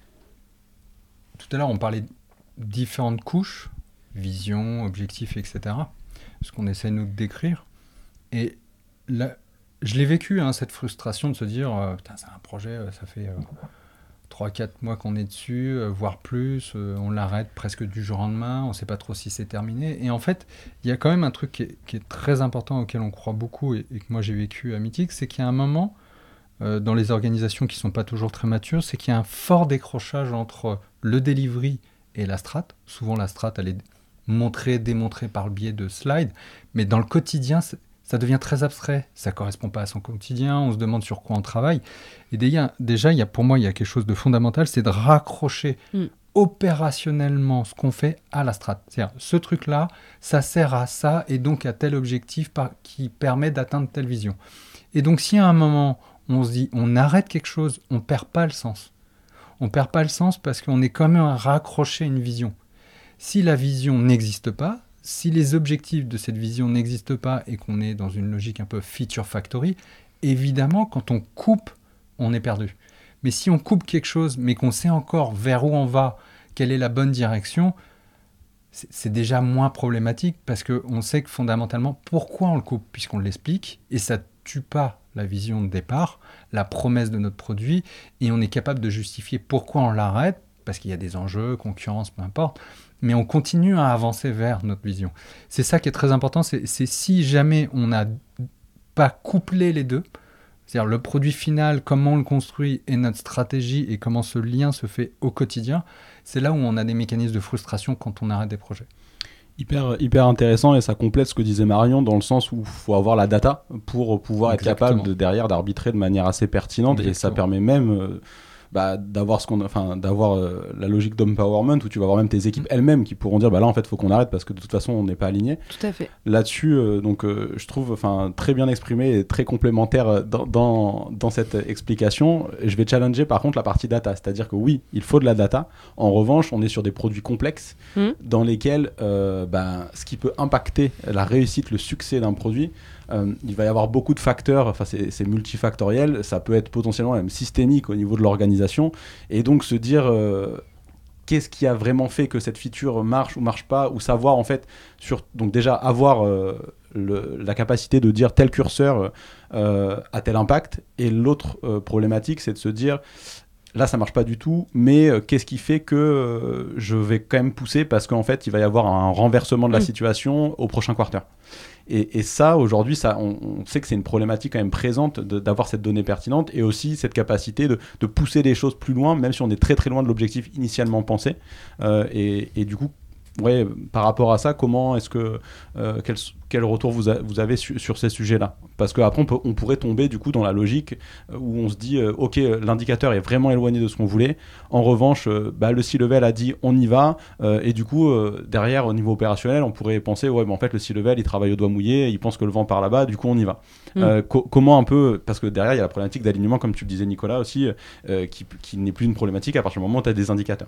tout à l'heure on parlait de différentes couches, vision, objectif, et cetera. Ce qu'on essaie nous de décrire. Et là, je l'ai vécu, hein, cette frustration de se dire euh, putain, c'est un projet, euh, ça fait euh, trois quatre mois qu'on est dessus, euh, voire plus, euh, on l'arrête presque du jour au lendemain, on ne sait pas trop si c'est terminé. Et en fait, il y a quand même un truc qui est, qui est très important, auquel on croit beaucoup, et, et que moi j'ai vécu à Mythic, c'est qu'il y a un moment, euh, dans les organisations qui ne sont pas toujours très matures, c'est qu'il y a un fort décrochage entre le delivery et la strat. Souvent la strat, elle est montrée, démontrée par le biais de slides, mais dans le quotidien, c'est, ça devient très abstrait, ça ne correspond pas à son quotidien, on se demande sur quoi on travaille. Et déjà, déjà il y a, pour moi, il y a quelque chose de fondamental, c'est de raccrocher mm. opérationnellement ce qu'on fait à la strat. C'est-à-dire, ce truc-là, ça sert à ça, et donc à tel objectif par, qui permet d'atteindre telle vision. Et donc, si à un moment, on se dit, on arrête quelque chose, on ne perd pas le sens. On ne perd pas le sens parce qu'on est quand même à raccrocher une vision. Si la vision n'existe pas, si les objectifs de cette vision n'existent pas et qu'on est dans une logique un peu feature factory, évidemment, quand on coupe, on est perdu. Mais si on coupe quelque chose, mais qu'on sait encore vers où on va, quelle est la bonne direction, c'est, c'est déjà moins problématique parce qu'on sait que fondamentalement, pourquoi on le coupe, puisqu'on l'explique, et ça ne tue pas la vision de départ, la promesse de notre produit, et on est capable de justifier pourquoi on l'arrête, parce qu'il y a des enjeux, concurrence, peu importe, mais on continue à avancer vers notre vision. C'est ça qui est très important, c'est, c'est si jamais on n'a pas couplé les deux, c'est-à-dire le produit final, comment on le construit, et notre stratégie, et comment ce lien se fait au quotidien, c'est là où on a des mécanismes de frustration quand on arrête des projets. Hyper, hyper intéressant, et ça complète ce que disait Marion dans le sens où il faut avoir la data pour pouvoir Exactement. être capable de, derrière d'arbitrer de manière assez pertinente. Exactement. Et ça permet même euh, bah, d'avoir, ce qu'on, enfin, d'avoir euh, la logique d'empowerment où tu vas avoir même tes équipes mmh. elles-mêmes qui pourront dire bah là en fait il faut qu'on arrête parce que de toute façon on n'est pas aligné. Tout à fait. Là-dessus, euh, donc, euh, je trouve très bien exprimé et très complémentaire dans, dans, dans cette explication. Je vais challenger par contre la partie data, c'est-à-dire que oui, il faut de la data. En revanche, on est sur des produits complexes mmh. dans lesquels euh, bah, ce qui peut impacter la réussite, le succès d'un produit, Euh, il va y avoir beaucoup de facteurs, enfin c'est, c'est multifactoriel, ça peut être potentiellement même systémique au niveau de l'organisation, et donc se dire euh, qu'est-ce qui a vraiment fait que cette feature marche ou marche pas, ou savoir en fait, sur, donc déjà avoir euh, le, la capacité de dire tel curseur euh, a tel impact, et l'autre euh, problématique c'est de se dire là ça marche pas du tout, mais euh, qu'est-ce qui fait que euh, je vais quand même pousser parce qu'en fait il va y avoir un renversement de la mmh. situation au prochain quarter. Et, et ça, aujourd'hui, ça, on, on sait que c'est une problématique quand même présente de, d'avoir cette donnée pertinente et aussi cette capacité de, de pousser les choses plus loin, même si on est très très loin de l'objectif initialement pensé. Euh, et, et du coup, ouais, par rapport à ça, comment est-ce que euh, quel, quel retour vous, a, vous avez su, sur ces sujets-là ? Parce qu'après, on, peut, on pourrait tomber du coup dans la logique où on se dit, euh, ok, l'indicateur est vraiment éloigné de ce qu'on voulait. En revanche, euh, bah, le C-level a dit, on y va. Euh, et du coup, euh, derrière, au niveau opérationnel, on pourrait penser, ouais, mais en fait, le C-level, il travaille au doigt mouillé, il pense que le vent part là-bas, du coup, on y va. Mmh. Euh, co- comment un peu, parce que derrière, il y a la problématique d'alignement, comme tu le disais, Nicolas, aussi, euh, qui, qui n'est plus une problématique à partir du moment où tu as des indicateurs.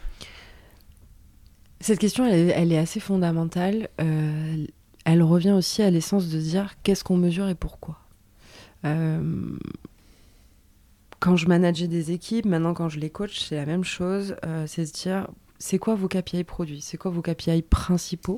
Cette question, elle est, elle est assez fondamentale. Euh, elle revient aussi à l'essence de dire qu'est-ce qu'on mesure et pourquoi. Euh, quand je manageais des équipes, maintenant quand je les coach, c'est la même chose. Euh, c'est se dire c'est quoi vos K P I produits, c'est quoi vos K P I principaux.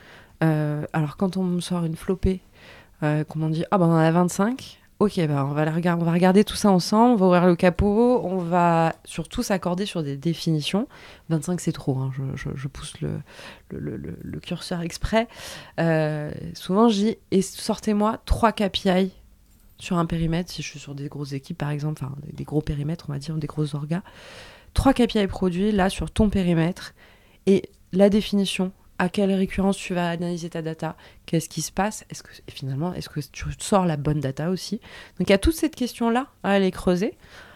Euh, alors quand on me sort une flopée, euh, qu'on me dit ah ben on en a vingt-cinq, ok, bah on va la regarder, on va regarder tout ça ensemble, on va ouvrir le capot, on va surtout s'accorder sur des définitions. vingt-cinq c'est trop, hein, je, je, je pousse le, le, le, le curseur exprès. Euh, souvent je dis et sortez-moi trois K P I sur un périmètre, si je suis sur des grosses équipes par exemple, enfin des gros périmètres on va dire, des grosses orgas. Trois K P I produits là sur ton périmètre et la définition. À quelle récurrence tu vas analyser ta data, qu'est-ce qui se passe, est-ce que finalement est-ce que tu sors la bonne data aussi. Donc il y a toute cette question-là à aller creuser.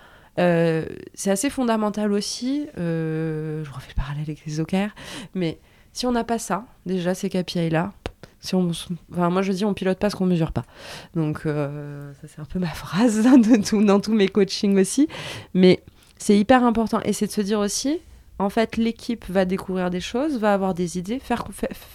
Euh, c'est assez fondamental aussi, euh, je refais le parallèle avec les O K R, mais si on n'a pas ça, déjà ces K P I-là, si on, enfin, moi je dis on pilote pas ce qu'on mesure pas. Donc euh, ça c'est un peu ma phrase de tout, dans tous mes coachings aussi, mais c'est hyper important et c'est de se dire aussi, en fait, l'équipe va découvrir des choses, va avoir des idées, faire,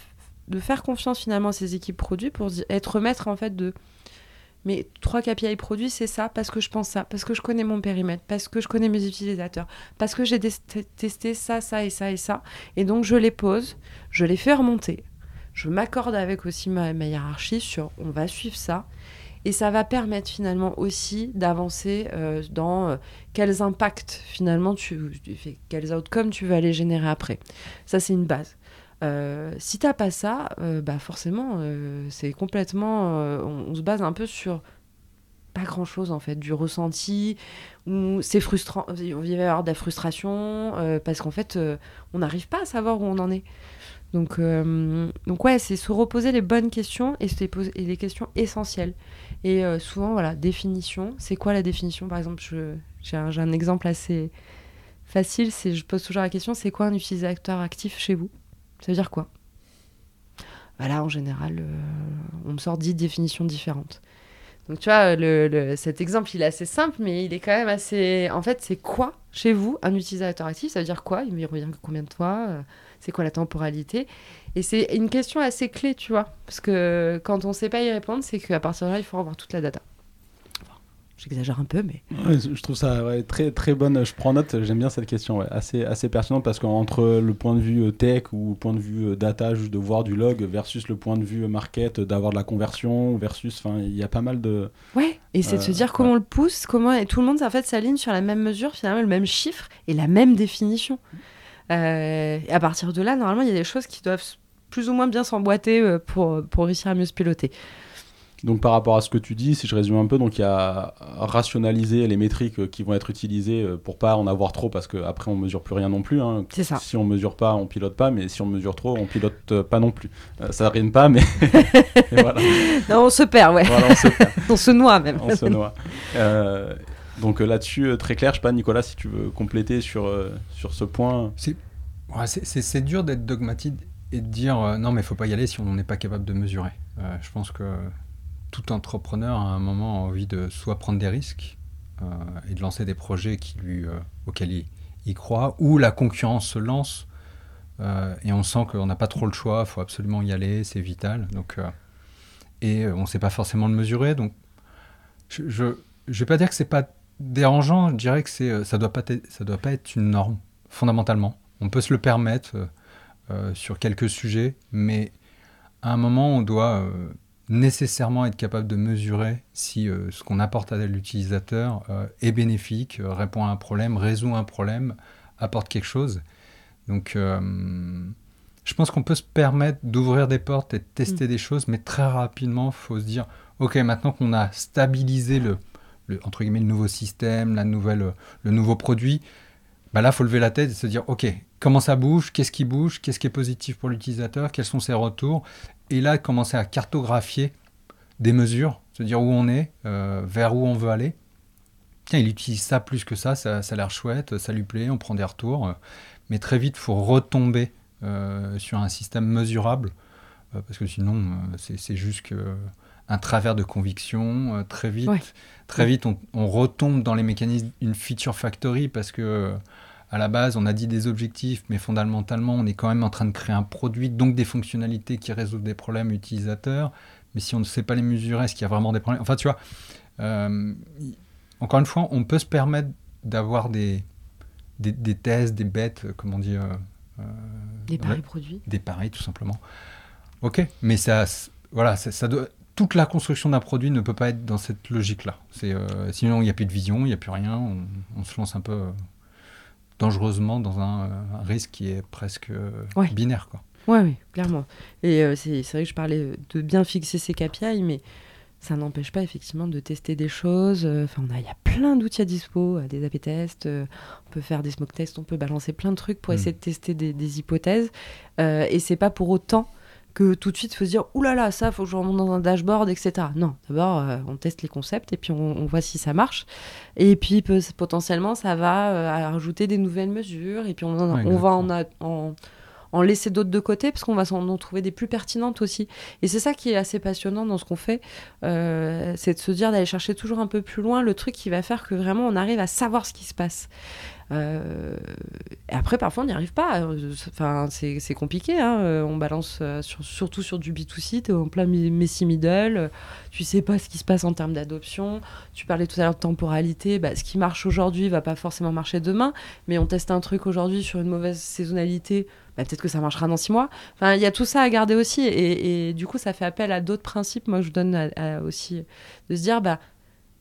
de faire confiance finalement à ces équipes produits pour être maître en fait de mais trois K P I produits, c'est ça, parce que je pense ça, parce que je connais mon périmètre, parce que je connais mes utilisateurs, parce que j'ai testé ça, ça et ça et ça, et donc je les pose, je les fais remonter, je m'accorde avec aussi ma, ma hiérarchie sur on va suivre ça. Et ça va permettre finalement aussi d'avancer euh, dans euh, quels impacts finalement tu, tu fais, quels outcomes tu vas aller générer après. Ça c'est une base. Euh, si t'as pas ça, euh, bah forcément euh, c'est complètement, euh, on, on se base un peu sur pas grand chose en fait, du ressenti, où c'est frustrant, il va y avoir de la frustration euh, parce qu'en fait euh, on n'arrive pas à savoir où on en est. Donc, euh, donc ouais, c'est se reposer les bonnes questions et, se les, poser, et les questions essentielles. Et euh, souvent, voilà, définition. C'est quoi la définition ? Par exemple, je, j'ai, un, j'ai un exemple assez facile. C'est, je pose toujours la question, c'est quoi un utilisateur actif chez vous ? Ça veut dire quoi ? Voilà, en général, euh, on me sort dix définitions différentes. Donc tu vois, le, le, cet exemple, il est assez simple, mais il est quand même assez... En fait, c'est quoi, chez vous, un utilisateur actif ? Ça veut dire quoi ? Il me revient combien de fois ? euh, C'est quoi la temporalité ? Et c'est une question assez clé, tu vois. Parce que quand on ne sait pas y répondre, c'est qu'à partir de là, il faut avoir toute la data. Enfin, j'exagère un peu, mais... Ouais, je trouve ça ouais, très, très bonne. Je prends note, j'aime bien cette question. Ouais. Assez, assez pertinente parce qu'entre le point de vue tech ou le point de vue data, juste de voir du log, versus le point de vue market, d'avoir de la conversion, versus... Enfin, il y a pas mal de... Ouais, et c'est euh, de se dire comment ouais. on le pousse, comment... Et tout le monde, en fait, s'aligne sur la même mesure, finalement, le même chiffre et la même définition. Euh, et à partir de là, normalement, il y a des choses qui doivent plus ou moins bien s'emboîter pour, pour réussir à mieux se piloter. Donc par rapport à ce que tu dis, si je résume un peu, donc il y a rationaliser les métriques qui vont être utilisées pour pas en avoir trop parce qu'après on mesure plus rien non plus. Hein. C'est ça. Si on mesure pas, on pilote pas, mais si on mesure trop, on pilote pas non plus. Euh, ça rime pas, mais voilà. Non, on se perd, ouais. Voilà, on se perd. On se noie même. On se noie. Euh, donc là-dessus, très clair. Je sais pas, Nicolas, si tu veux compléter sur euh, sur ce point. C'est ouais, c'est, c'est, c'est dur d'être dogmatique et de dire euh, non mais il faut pas y aller si on n'est pas capable de mesurer. Euh, je pense que tout entrepreneur à un moment a envie de soit prendre des risques euh, et de lancer des projets qui lui, euh, auxquels il, il croit, ou la concurrence se lance euh, et on sent qu'on n'a pas trop le choix, il faut absolument y aller, c'est vital. Donc, euh, et on ne sait pas forcément le mesurer. Donc je ne vais pas dire que ce n'est pas dérangeant, je dirais que c'est, ça ne doit pas être, ça doit pas être une norme, fondamentalement. On peut se le permettre euh, euh, sur quelques sujets, mais à un moment, on doit... Euh, nécessairement être capable de mesurer si euh, ce qu'on apporte à l'utilisateur euh, est bénéfique, euh, répond à un problème, résout un problème, apporte quelque chose. Donc, euh, je pense qu'on peut se permettre d'ouvrir des portes et de tester mmh. des choses, mais très rapidement, il faut se dire, ok, maintenant qu'on a stabilisé le, le, entre guillemets, le nouveau système, la nouvelle, le nouveau produit, bah là, il faut lever la tête et se dire, ok, comment ça bouge, qu'est-ce qui bouge, qu'est-ce qui est positif pour l'utilisateur, quels sont ses retours. Et là, commencer à cartographier des mesures, se dire où on est, euh, vers où on veut aller. Tiens, il utilise ça plus que ça, ça, ça a l'air chouette, ça lui plaît, on prend des retours. Euh, mais très vite, il faut retomber euh, sur un système mesurable, euh, parce que sinon, euh, c'est, c'est juste que, euh, un travers de conviction. Euh, très vite, ouais. très vite on, on retombe dans les mécanismes d'une feature factory, parce que... Euh, à la base, on a dit des objectifs, mais fondamentalement, on est quand même en train de créer un produit, donc des fonctionnalités qui résolvent des problèmes utilisateurs. Mais si on ne sait pas les mesurer, est-ce qu'il y a vraiment des problèmes ? Enfin, tu vois, euh, encore une fois, on peut se permettre d'avoir des, des, des tests, des bêtes, comme on dit, euh, Euh, Des paris ouais, produits. Des paris, tout simplement. Ok, mais ça, voilà, ça, ça doit, toute la construction d'un produit ne peut pas être dans cette logique-là. C'est, euh, sinon, il n'y a plus de vision, il n'y a plus rien. On, on se lance un peu euh, dangereusement dans un, un risque qui est presque euh, ouais. binaire, quoi. Ouais, oui, clairement. Et euh, c'est, c'est vrai que je parlais de bien fixer ses K P I, mais ça n'empêche pas effectivement de tester des choses. Enfin, il y a plein d'outils à dispo, des A B tests, euh, on peut faire des smoke tests, on peut balancer plein de trucs pour mmh. essayer de tester des, des hypothèses. Euh, et c'est pas pour autant que tout de suite, il faut se dire « Ouh là là, ça, il faut que je remonte dans un dashboard, et cetera » Non, d'abord, euh, on teste les concepts et puis on, on voit si ça marche. Et puis, peut, potentiellement, ça va euh, rajouter des nouvelles mesures. Et puis, on, en, ouais, on va en... A, en en laisser d'autres de côté, parce qu'on va s'en trouver des plus pertinentes aussi. Et c'est ça qui est assez passionnant dans ce qu'on fait, euh, c'est de se dire d'aller chercher toujours un peu plus loin le truc qui va faire que vraiment on arrive à savoir ce qui se passe. Euh, et après, parfois, on n'y arrive pas. Enfin, c'est, c'est compliqué. Hein. On balance euh, sur, surtout sur du B deux C. Tu es en plein Messi Middle. Tu sais pas ce qui se passe en termes d'adoption. Tu parlais tout à l'heure de temporalité. Bah, ce qui marche aujourd'hui va pas forcément marcher demain. Mais on teste un truc aujourd'hui sur une mauvaise saisonnalité. Bah, peut-être que ça marchera dans six mois. Enfin, il y a tout ça à garder aussi. Et, et du coup, ça fait appel à d'autres principes. Moi, je donne à, à aussi de se dire, bah,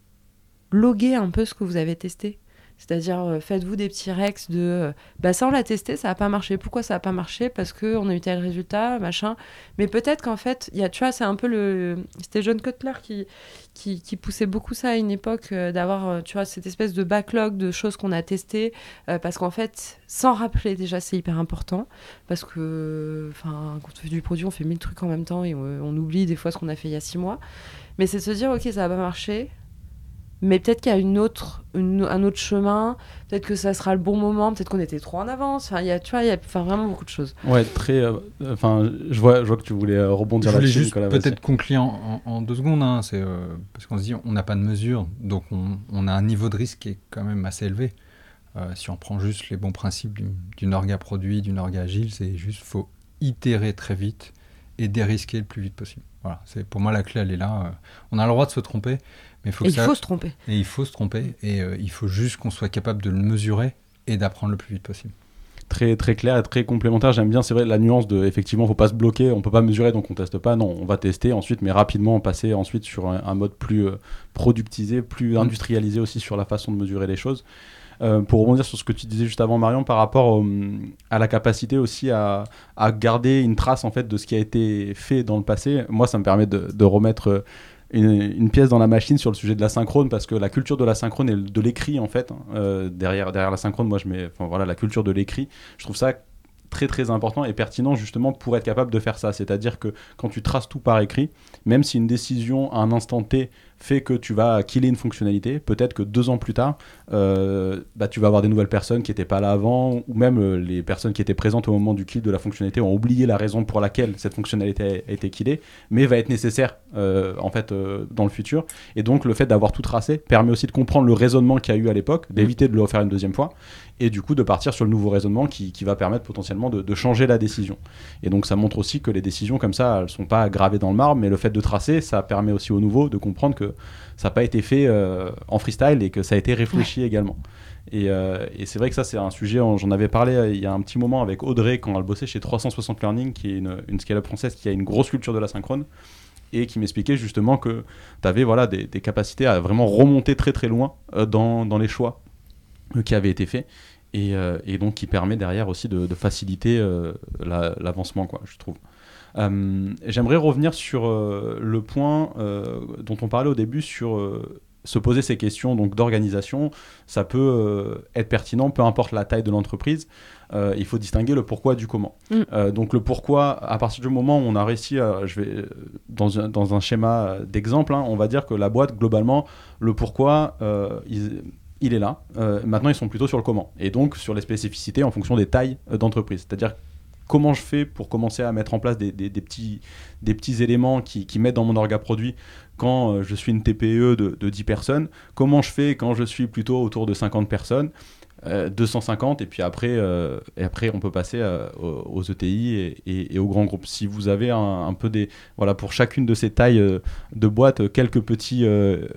loguez un peu ce que vous avez testé. C'est-à-dire, euh, faites-vous des petits rex de euh, bah ça, on l'a testé, ça n'a pas marché. Pourquoi ça n'a pas marché ? Parce qu'on a eu tel résultat, machin. Mais peut-être qu'en fait, y a, tu vois, c'est un peu le. C'était John Cutler qui, qui, qui poussait beaucoup ça à une époque, euh, d'avoir, euh, tu vois, cette espèce de backlog de choses qu'on a testées. Euh, parce qu'en fait, s'en rappeler, déjà, c'est hyper important. Parce que, enfin, quand on fait du produit, on fait mille trucs en même temps et on, on oublie des fois ce qu'on a fait il y a six mois. Mais c'est de se dire, OK, ça n'a pas marché. Mais peut-être qu'il y a une autre, une, un autre chemin, peut-être que ça sera le bon moment, peut-être qu'on était trop en avance. Enfin, il y a, tu vois, il y a enfin, vraiment beaucoup de choses. Ouais, très. Enfin, euh, je vois, je vois que tu voulais euh, rebondir là-dessus. Je voulais juste peut-être conclure en, en, en deux secondes, hein, c'est euh, parce qu'on se dit on n'a pas de mesure, donc on, on a un niveau de risque qui est quand même assez élevé. Euh, si on prend juste les bons principes d'une, d'une orga produit, d'une orga agile, c'est juste faut itérer très vite et dérisquer le plus vite possible. Voilà, c'est pour moi la clé, elle est là. On a le droit de se tromper. Mais faut et que il ça... faut se tromper. Et il faut se tromper. Et euh, il faut juste qu'on soit capable de le mesurer et d'apprendre le plus vite possible. Très, très clair et très complémentaire. J'aime bien, c'est vrai, la nuance de, effectivement, il ne faut pas se bloquer, on ne peut pas mesurer, donc on ne teste pas. Non, on va tester ensuite, mais rapidement passer ensuite sur un, un mode plus euh, productisé, plus mmh. industrialisé aussi sur la façon de mesurer les choses. Euh, pour rebondir sur ce que tu disais juste avant, Marion, par rapport au, à la capacité aussi à, à garder une trace en fait, de ce qui a été fait dans le passé, moi, ça me permet de, de remettre... Euh, Une, une pièce dans la machine sur le sujet de la synchrone, parce que la culture de la synchrone et de l'écrit en fait, hein, euh, derrière, derrière la synchrone, moi je mets, enfin voilà, la culture de l'écrit, je trouve ça très très important et pertinent justement pour être capable de faire ça, c'est-à-dire que quand tu traces tout par écrit, même si une décision à un instant T fait que tu vas killer une fonctionnalité, peut-être que deux ans plus tard, euh, bah, tu vas avoir des nouvelles personnes qui n'étaient pas là avant, ou même euh, les personnes qui étaient présentes au moment du kill de la fonctionnalité ont oublié la raison pour laquelle cette fonctionnalité a, a été killée, mais va être nécessaire euh, en fait euh, dans le futur. Et donc le fait d'avoir tout tracé permet aussi de comprendre le raisonnement qu'il y a eu à l'époque, d'éviter de le refaire une deuxième fois, et du coup de partir sur le nouveau raisonnement qui, qui va permettre potentiellement de, de changer la décision. Et donc ça montre aussi que les décisions comme ça, elles ne sont pas gravées dans le marbre, mais le fait de tracer, ça permet aussi au nouveau de comprendre que ça n'a pas été fait euh, en freestyle et que ça a été réfléchi ouais. également. Et, euh, et c'est vrai que ça, c'est un sujet, j'en avais parlé euh, il y a un petit moment avec Audrey quand elle bossait chez trois cent soixante Learning, qui est une, une scale-up française qui a une grosse culture de la synchrone, et qui m'expliquait justement que tu avais voilà, des, des capacités à vraiment remonter très très loin euh, dans, dans les choix euh, qui avaient été faits. Et, euh, et donc qui permet derrière aussi de, de faciliter euh, la, l'avancement, quoi, je trouve. Euh, j'aimerais revenir sur euh, le point euh, dont on parlait au début, sur euh, se poser ces questions donc, d'organisation. Ça peut euh, être pertinent, peu importe la taille de l'entreprise. Euh, il faut distinguer le pourquoi du comment. Mm. Euh, donc le pourquoi, à partir du moment où on a réussi, à, je vais, dans, un, dans un schéma d'exemple, hein, on va dire que la boîte, globalement, le pourquoi... Euh, ils, il est là. Euh, maintenant, ils sont plutôt sur le comment. Et donc, sur les spécificités en fonction des tailles euh, d'entreprise. C'est-à-dire, comment je fais pour commencer à mettre en place des, des, des, petits, des petits éléments qui, qui mettent dans mon orga produit quand euh, je suis une T P E de, de dix personnes. Comment je fais quand je suis plutôt autour de cinquante personnes, euh, deux cent cinquante, et puis après, euh, et après on peut passer euh, aux, aux E T I et, et, et aux grands groupes. Si vous avez un, un peu des... Voilà, pour chacune de ces tailles euh, de boîtes, quelques petits... Euh,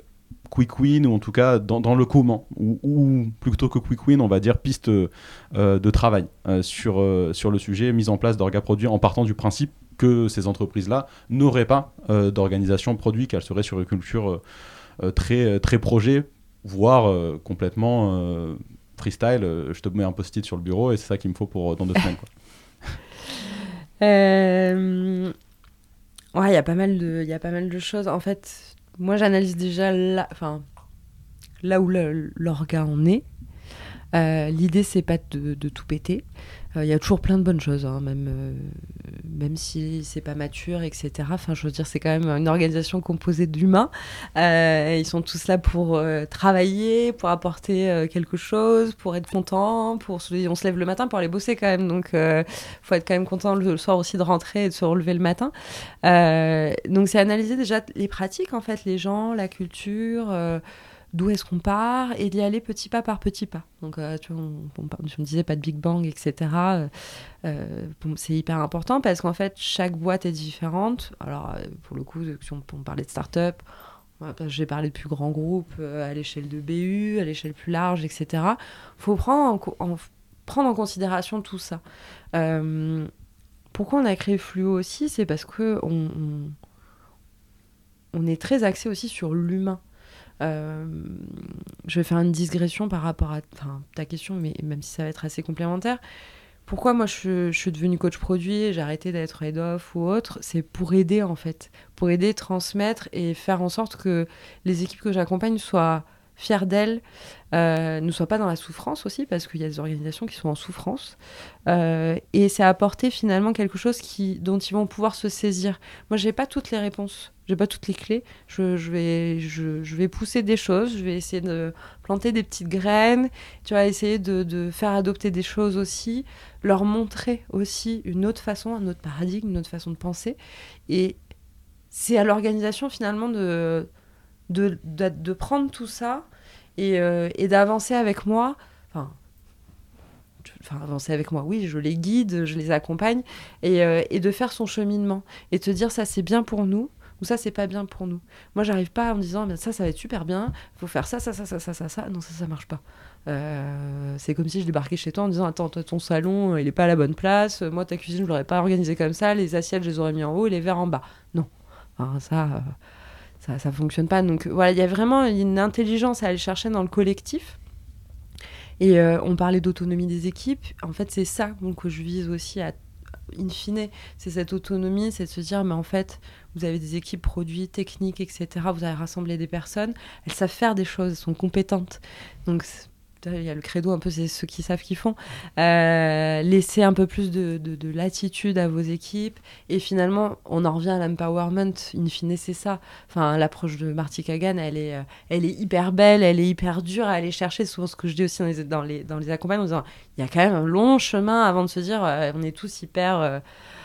quick win, ou en tout cas dans, dans le comment, ou, ou plutôt que quick win, on va dire piste euh, de travail euh, sur, euh, sur le sujet, mise en place d'orga produits en partant du principe que ces entreprises-là n'auraient pas euh, d'organisation produit, qu'elles seraient sur une culture euh, très, très projet, voire euh, complètement euh, freestyle. Euh, je te mets un post-it sur le bureau et c'est ça qu'il me faut pour dans deux semaines, quoi. euh... Ouais, il y a pas mal de, il y a pas mal de choses. En fait, moi, j'analyse déjà là, enfin, là où le, l'orga en est. Euh, l'idée, c'est pas de, de tout péter. Il euh, y a toujours plein de bonnes choses, hein, même, euh, même si c'est pas mature, et cetera. Enfin, je veux dire, c'est quand même une organisation composée d'humains. Euh, ils sont tous là pour euh, travailler, pour apporter euh, quelque chose, pour être contents. Pour se... On se lève le matin pour aller bosser quand même. Donc, il euh, faut être quand même content le, le soir aussi de rentrer et de se relever le matin. Euh, donc, c'est analyser déjà les pratiques, en fait, les gens, la culture... Euh, d'où est-ce qu'on part, et d'y aller petit pas par petit pas. Donc, euh, tu vois, on, on, on disait pas de Big Bang, et cetera. Euh, euh, bon, c'est hyper important parce qu'en fait, chaque boîte est différente. Alors, euh, pour le coup, si on, on parlait de start-up, j'ai parlé de plus grands groupes euh, à l'échelle de B U, à l'échelle plus large, et cetera. Il faut prendre en, en, prendre en considération tout ça. Euh, pourquoi on a créé Fluo aussi ? C'est parce qu'on on, on est très axé aussi sur l'humain. Euh, je vais faire une digression par rapport à ta question, mais même si ça va être assez complémentaire. Pourquoi moi je, je suis devenue coach produit et j'ai arrêté d'être head of ou autre ? C'est pour aider en fait, pour aider, transmettre et faire en sorte que les équipes que j'accompagne soient fières d'elles, euh, ne soient pas dans la souffrance aussi, parce qu'il y a des organisations qui sont en souffrance. Euh, et c'est apporter finalement quelque chose qui, dont ils vont pouvoir se saisir. Moi, j'ai pas toutes les réponses. J'ai pas toutes les clés. Je, je, vais, je, je vais pousser des choses. Je vais essayer de planter des petites graines. Tu vas essayer de, de faire adopter des choses aussi. Leur montrer aussi une autre façon, un autre paradigme, une autre façon de penser. Et c'est à l'organisation finalement de, de, de, de prendre tout ça et, euh, et d'avancer avec moi. Enfin, Enfin, avancer avec moi, oui, je les guide, je les accompagne. Et, euh, et de faire son cheminement. Et te dire, ça c'est bien pour nous. Ou ça, c'est pas bien pour nous. Moi, j'arrive pas en me disant, ça, ça va être super bien, il faut faire ça, ça, ça, ça, ça, ça, ça. Non, ça, ça marche pas. Euh, c'est comme si je débarquais chez toi en disant, attends, ton salon, il est pas à la bonne place. Moi, ta cuisine, je l'aurais pas organisée comme ça. Les assiettes, je les aurais mis en haut et les verres en bas. Non. Enfin, ça, euh, ça, ça fonctionne pas. Donc, voilà, il y a vraiment une intelligence à aller chercher dans le collectif. Et euh, on parlait d'autonomie des équipes. En fait, c'est ça donc, que je vise aussi à in fine, c'est cette autonomie, c'est de se dire, mais en fait, vous avez des équipes produits, techniques, et cetera. Vous avez rassemblé des personnes, elles savent faire des choses, elles sont compétentes. Donc, il y a le credo un peu, c'est ceux qui savent qu'ils font. Euh, laisser un peu plus de, de, de latitude à vos équipes. Et finalement, on en revient à l'empowerment. In fine, c'est ça. Enfin, l'approche de Marty Kagan, elle est, elle est hyper belle, elle est hyper dure à aller chercher. Souvent, ce que je dis aussi dans les, dans les, dans les accompagnements, en disant, il y a quand même un long chemin avant de se dire, euh, on est tous hyper... Euh,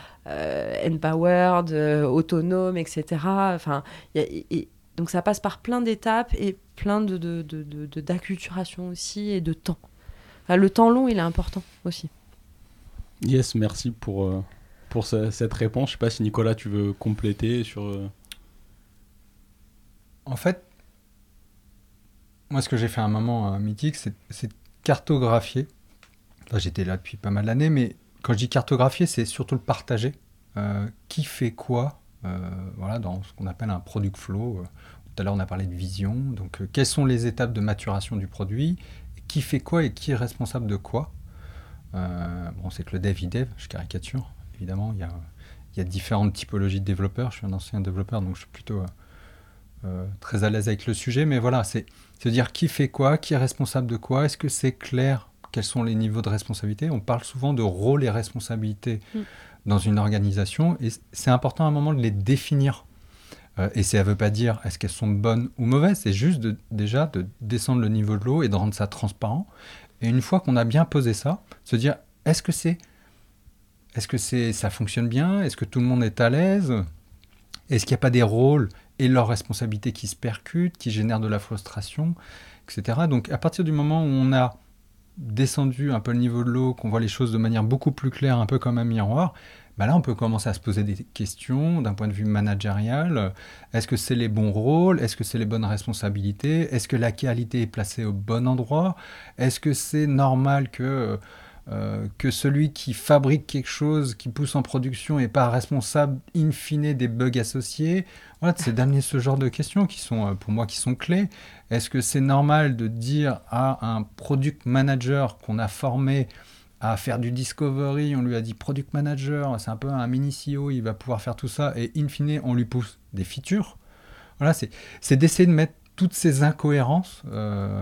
euh, empowered, euh, autonomes, et cetera. Enfin, y a, et, donc ça passe par plein d'étapes et plein de, de, de, de, de, d'acculturation aussi et de temps. Enfin, le temps long, il est important aussi. Yes, merci pour, euh, pour ce, cette réponse. Je ne sais pas si Nicolas, tu veux compléter sur... Euh... En fait, moi, ce que j'ai fait à un moment euh, mythique, c'est, c'est cartographier. Enfin, j'étais là depuis pas mal d'années, mais quand je dis cartographier, c'est surtout le partager. Euh, qui fait quoi euh, voilà, dans ce qu'on appelle un product flow. Tout à l'heure, on a parlé de vision. Donc, euh, quelles sont les étapes de maturation du produit ? Qui fait quoi et qui est responsable de quoi ? euh, Bon, c'est que le dev, il dev, je caricature, évidemment. Il y a, il y a différentes typologies de développeurs. Je suis un ancien développeur, donc je suis plutôt euh, euh, très à l'aise avec le sujet. Mais voilà, c'est, c'est dire qui fait quoi, qui est responsable de quoi. Est-ce que c'est clair ? Quels sont les niveaux de responsabilité ? On parle souvent de rôles et responsabilités mm. dans une organisation, et c'est important à un moment de les définir. Euh, et ça ne veut pas dire est-ce qu'elles sont bonnes ou mauvaises, c'est juste de, déjà de descendre le niveau de l'eau et de rendre ça transparent. Et une fois qu'on a bien posé ça, se dire est-ce que, c'est, est-ce que c'est, ça fonctionne bien ? Est-ce que tout le monde est à l'aise ? Est-ce qu'il n'y a pas des rôles et leurs responsabilités qui se percutent, qui génèrent de la frustration, et cetera. Donc à partir du moment où on a descendu un peu le niveau de l'eau, qu'on voit les choses de manière beaucoup plus claire, un peu comme un miroir, bah là, on peut commencer à se poser des questions d'un point de vue managérial. Est-ce que c'est les bons rôles? Est-ce que c'est les bonnes responsabilités? Est-ce que la qualité est placée au bon endroit? Est-ce que c'est normal que, euh, que celui qui fabrique quelque chose, qui pousse en production, n'est pas responsable in fine des bugs associés? Voilà, c'est d'amener ce genre de questions qui sont, pour moi, qui sont clés. Est-ce que c'est normal de dire à un product manager qu'on a formé à faire du discovery, on lui a dit product manager, c'est un peu un mini C E O, il va pouvoir faire tout ça, et in fine, on lui pousse des features. Voilà, c'est, c'est d'essayer de mettre toutes ces incohérences euh,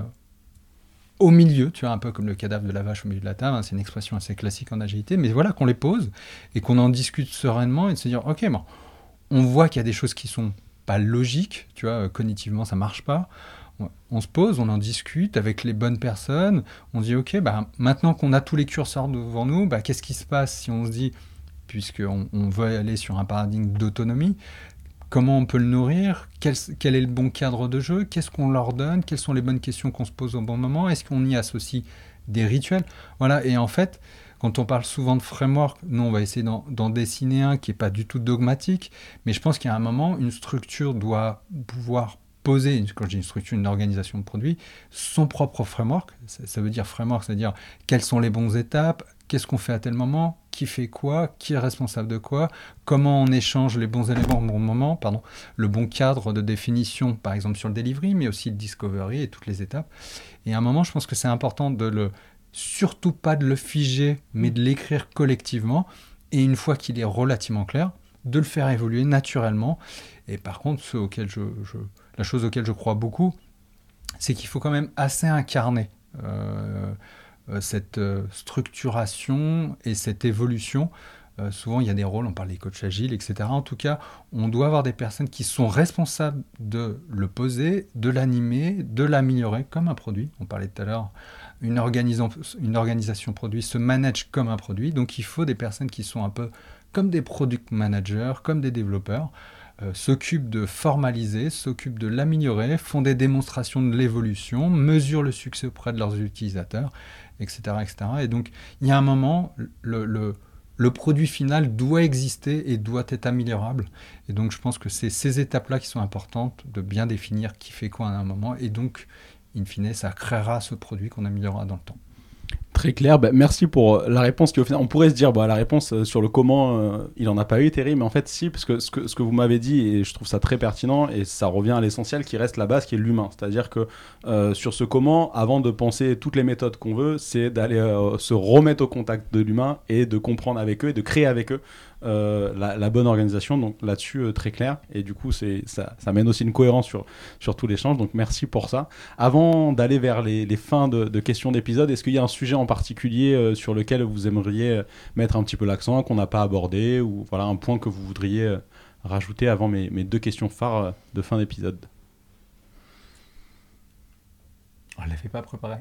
au milieu, tu vois, un peu comme le cadavre de la vache au milieu de la table, hein, c'est une expression assez classique en agilité, mais voilà, qu'on les pose, et qu'on en discute sereinement, et de se dire, ok, bon, on voit qu'il y a des choses qui sont pas logiques, tu vois, cognitivement, ça marche pas. On se pose, on en discute avec les bonnes personnes, on dit ok, bah, maintenant qu'on a tous les curseurs devant nous, bah, qu'est-ce qui se passe si on se dit, puisqu'on on veut aller sur un paradigme d'autonomie, comment on peut le nourrir, quel, quel est le bon cadre de jeu, qu'est-ce qu'on leur donne, quelles sont les bonnes questions qu'on se pose au bon moment, est-ce qu'on y associe des rituels? Voilà, et en fait, quand on parle souvent de framework, nous on va essayer d'en, d'en dessiner un qui n'est pas du tout dogmatique, mais je pense qu'il y a un moment, une structure doit pouvoir poser, quand je dis une structure, une organisation de produit, son propre framework. Ça, ça veut dire framework, c'est-à-dire quelles sont les bonnes étapes, qu'est-ce qu'on fait à tel moment, qui fait quoi, qui est responsable de quoi, comment on échange les bons éléments au bon moment, pardon, le bon cadre de définition, par exemple sur le delivery, mais aussi le discovery et toutes les étapes. Et à un moment, je pense que c'est important de le, surtout pas de le figer, mais de l'écrire collectivement. Et une fois qu'il est relativement clair, de le faire évoluer naturellement. Et par contre, ce auquel je, je la chose auquel je crois beaucoup, c'est qu'il faut quand même assez incarner euh, euh, cette euh, structuration et cette évolution. Euh, souvent, il y a des rôles, on parle des coachs agiles, et cetera. En tout cas, on doit avoir des personnes qui sont responsables de le poser, de l'animer, de l'améliorer comme un produit. On parlait tout à l'heure, une, organisation, une organisation produit se manage comme un produit. Donc, il faut des personnes qui sont un peu comme des product managers, comme des développeurs, Euh, s'occupent de formaliser, s'occupent de l'améliorer, font des démonstrations de l'évolution, mesurent le succès auprès de leurs utilisateurs, et cetera et cetera. Et donc, il y a un moment, le, le, le produit final doit exister et doit être améliorable. Et donc, je pense que c'est ces étapes-là qui sont importantes, de bien définir qui fait quoi à un moment. Et donc, in fine, ça créera ce produit qu'on améliorera dans le temps. Très clair, bah, merci pour la réponse qui au final, on pourrait se dire, bah, la réponse euh, sur le comment, euh, il en a pas eu, Terry, mais en fait si, parce que ce, que ce que vous m'avez dit, et je trouve ça très pertinent, et ça revient à l'essentiel qui reste la base, qui est l'humain. C'est-à-dire que euh, sur ce comment, avant de penser toutes les méthodes qu'on veut, c'est d'aller euh, se remettre au contact de l'humain et de comprendre avec eux et de créer avec eux Euh, la, la bonne organisation. Donc là-dessus euh, très clair, et du coup c'est, ça, ça mène aussi une cohérence sur, sur tout l'échange, donc merci pour ça. Avant d'aller vers les, les fins de, de questions d'épisode, est-ce qu'il y a un sujet en particulier euh, sur lequel vous aimeriez euh, mettre un petit peu l'accent, qu'on n'a pas abordé, ou voilà un point que vous voudriez euh, rajouter avant mes, mes deux questions phares euh, de fin d'épisode? On ne l'avait pas préparé.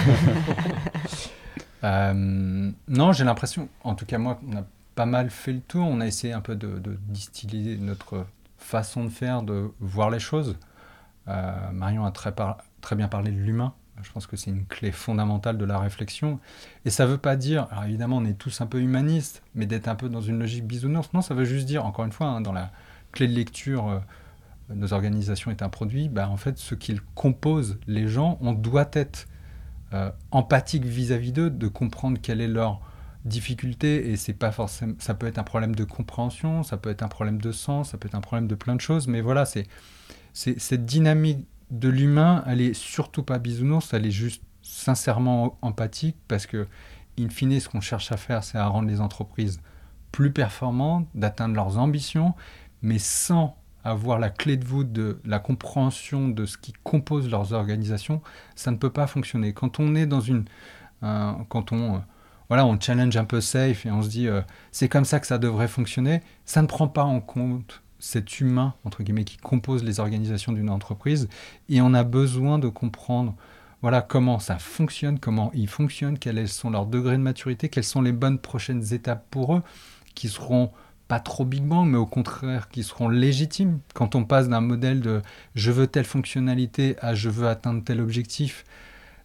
euh, non, j'ai l'impression, en tout cas moi, on a pas mal fait le tour. On a essayé un peu de, de distiller notre façon de faire, de voir les choses. Euh, Marion a très, par, très bien parlé de l'humain. Je pense que c'est une clé fondamentale de la réflexion. Et ça ne veut pas dire, alors évidemment on est tous un peu humanistes, mais d'être un peu dans une logique bisounours. Non, ça veut juste dire, encore une fois, hein, dans la clé de lecture, euh, nos organisations est un produit, bah, en fait ce qu'ils composent, les gens, on doit être euh, empathique vis-à-vis d'eux, de comprendre quelle est leur difficulté, et c'est pas forcément, ça peut être un problème de compréhension, ça peut être un problème de sens, ça peut être un problème de plein de choses, mais voilà, c'est, c'est cette dynamique de l'humain, elle est surtout pas bisounours, elle est juste sincèrement empathique, parce que in fine, ce qu'on cherche à faire, c'est à rendre les entreprises plus performantes, d'atteindre leurs ambitions, mais sans avoir la clé de voûte de la compréhension de ce qui compose leurs organisations, ça ne peut pas fonctionner. Quand on est dans une, euh, quand on euh, Voilà, on challenge un peu safe et on se dit euh, c'est comme ça que ça devrait fonctionner. Ça ne prend pas en compte cet humain, entre guillemets, qui compose les organisations d'une entreprise. Et on a besoin de comprendre voilà, comment ça fonctionne, comment ils fonctionnent, quels sont leurs degrés de maturité, quelles sont les bonnes prochaines étapes pour eux, qui seront pas trop Big Bang, mais au contraire, qui seront légitimes. Quand on passe d'un modèle de je veux telle fonctionnalité à je veux atteindre tel objectif,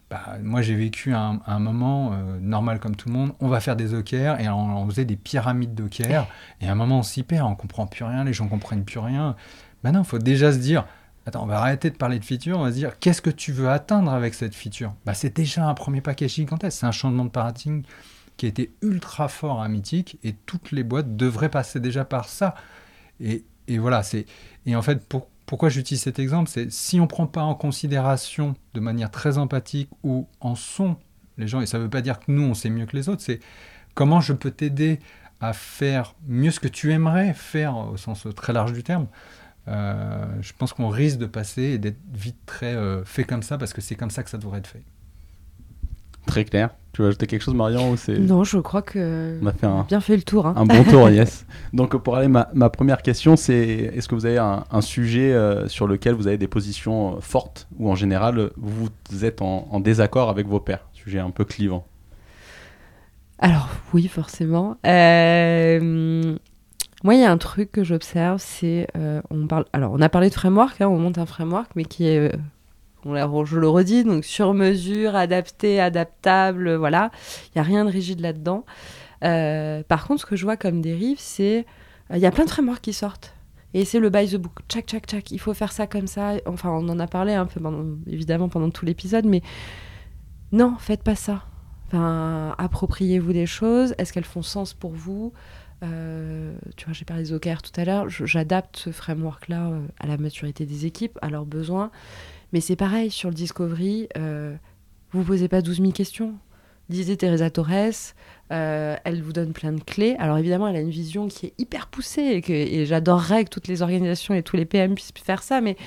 bah, moi j'ai vécu un, un moment euh, normal comme tout le monde, on va faire des dockers et on, on faisait des pyramides dockers et à un moment on s'y perd, on comprend plus rien, les gens comprennent plus rien. Maintenant, il faut déjà se dire, attends, on va arrêter de parler de feature, on va se dire, qu'est-ce que tu veux atteindre avec cette feature? Bah, c'est déjà un premier paquet gigantesque, c'est un changement de paradigme qui a été ultra fort à Mythic et toutes les boîtes devraient passer déjà par ça. Et, et voilà, c'est... Et en fait, pour, pourquoi j'utilise cet exemple, c'est si on ne prend pas en considération de manière très empathique ou en son les gens, et ça ne veut pas dire que nous, on sait mieux que les autres, c'est comment je peux t'aider à faire mieux ce que tu aimerais faire au sens très large du terme. Euh, je pense qu'on risque de passer et d'être vite très euh, fait comme ça parce que c'est comme ça que ça devrait être fait. Très clair. Tu veux ajouter quelque chose, Marion, ou c'est... Non, je crois que on a fait un, bien fait le tour. Hein. Un bon tour, yes. Donc pour aller, ma, ma première question, c'est est-ce que vous avez un, un sujet euh, sur lequel vous avez des positions euh, fortes ou en général vous êtes en, en désaccord avec vos pairs, sujet un peu clivant? Alors oui, forcément. Euh, moi, il y a un truc que j'observe, c'est euh, on parle. Alors on a parlé de framework, hein, on monte un framework, mais qui est euh, On je le redis, donc sur mesure, adapté, adaptable, voilà. Il n'y a rien de rigide là-dedans. Euh, par contre, ce que je vois comme dérive, c'est... Il euh, y a plein de frameworks qui sortent. Et c'est le by the book. Tchac, tchac, tchac. Il faut faire ça comme ça. Enfin, on en a parlé un peu, pendant, évidemment, pendant tout l'épisode. Mais non, faites pas ça. Enfin, appropriez-vous des choses. Est-ce qu'elles font sens pour vous ? Euh, tu vois, j'ai parlé des O K R tout à l'heure. Je, j'adapte ce framework-là euh, à la maturité des équipes, à leurs besoins. Mais c'est pareil, sur le Discovery, euh, vous ne posez pas douze mille questions. Disait Teresa Torres, euh, elle vous donne plein de clés. Alors évidemment, elle a une vision qui est hyper poussée et, que, et j'adorerais que toutes les organisations et tous les P M puissent faire ça, mais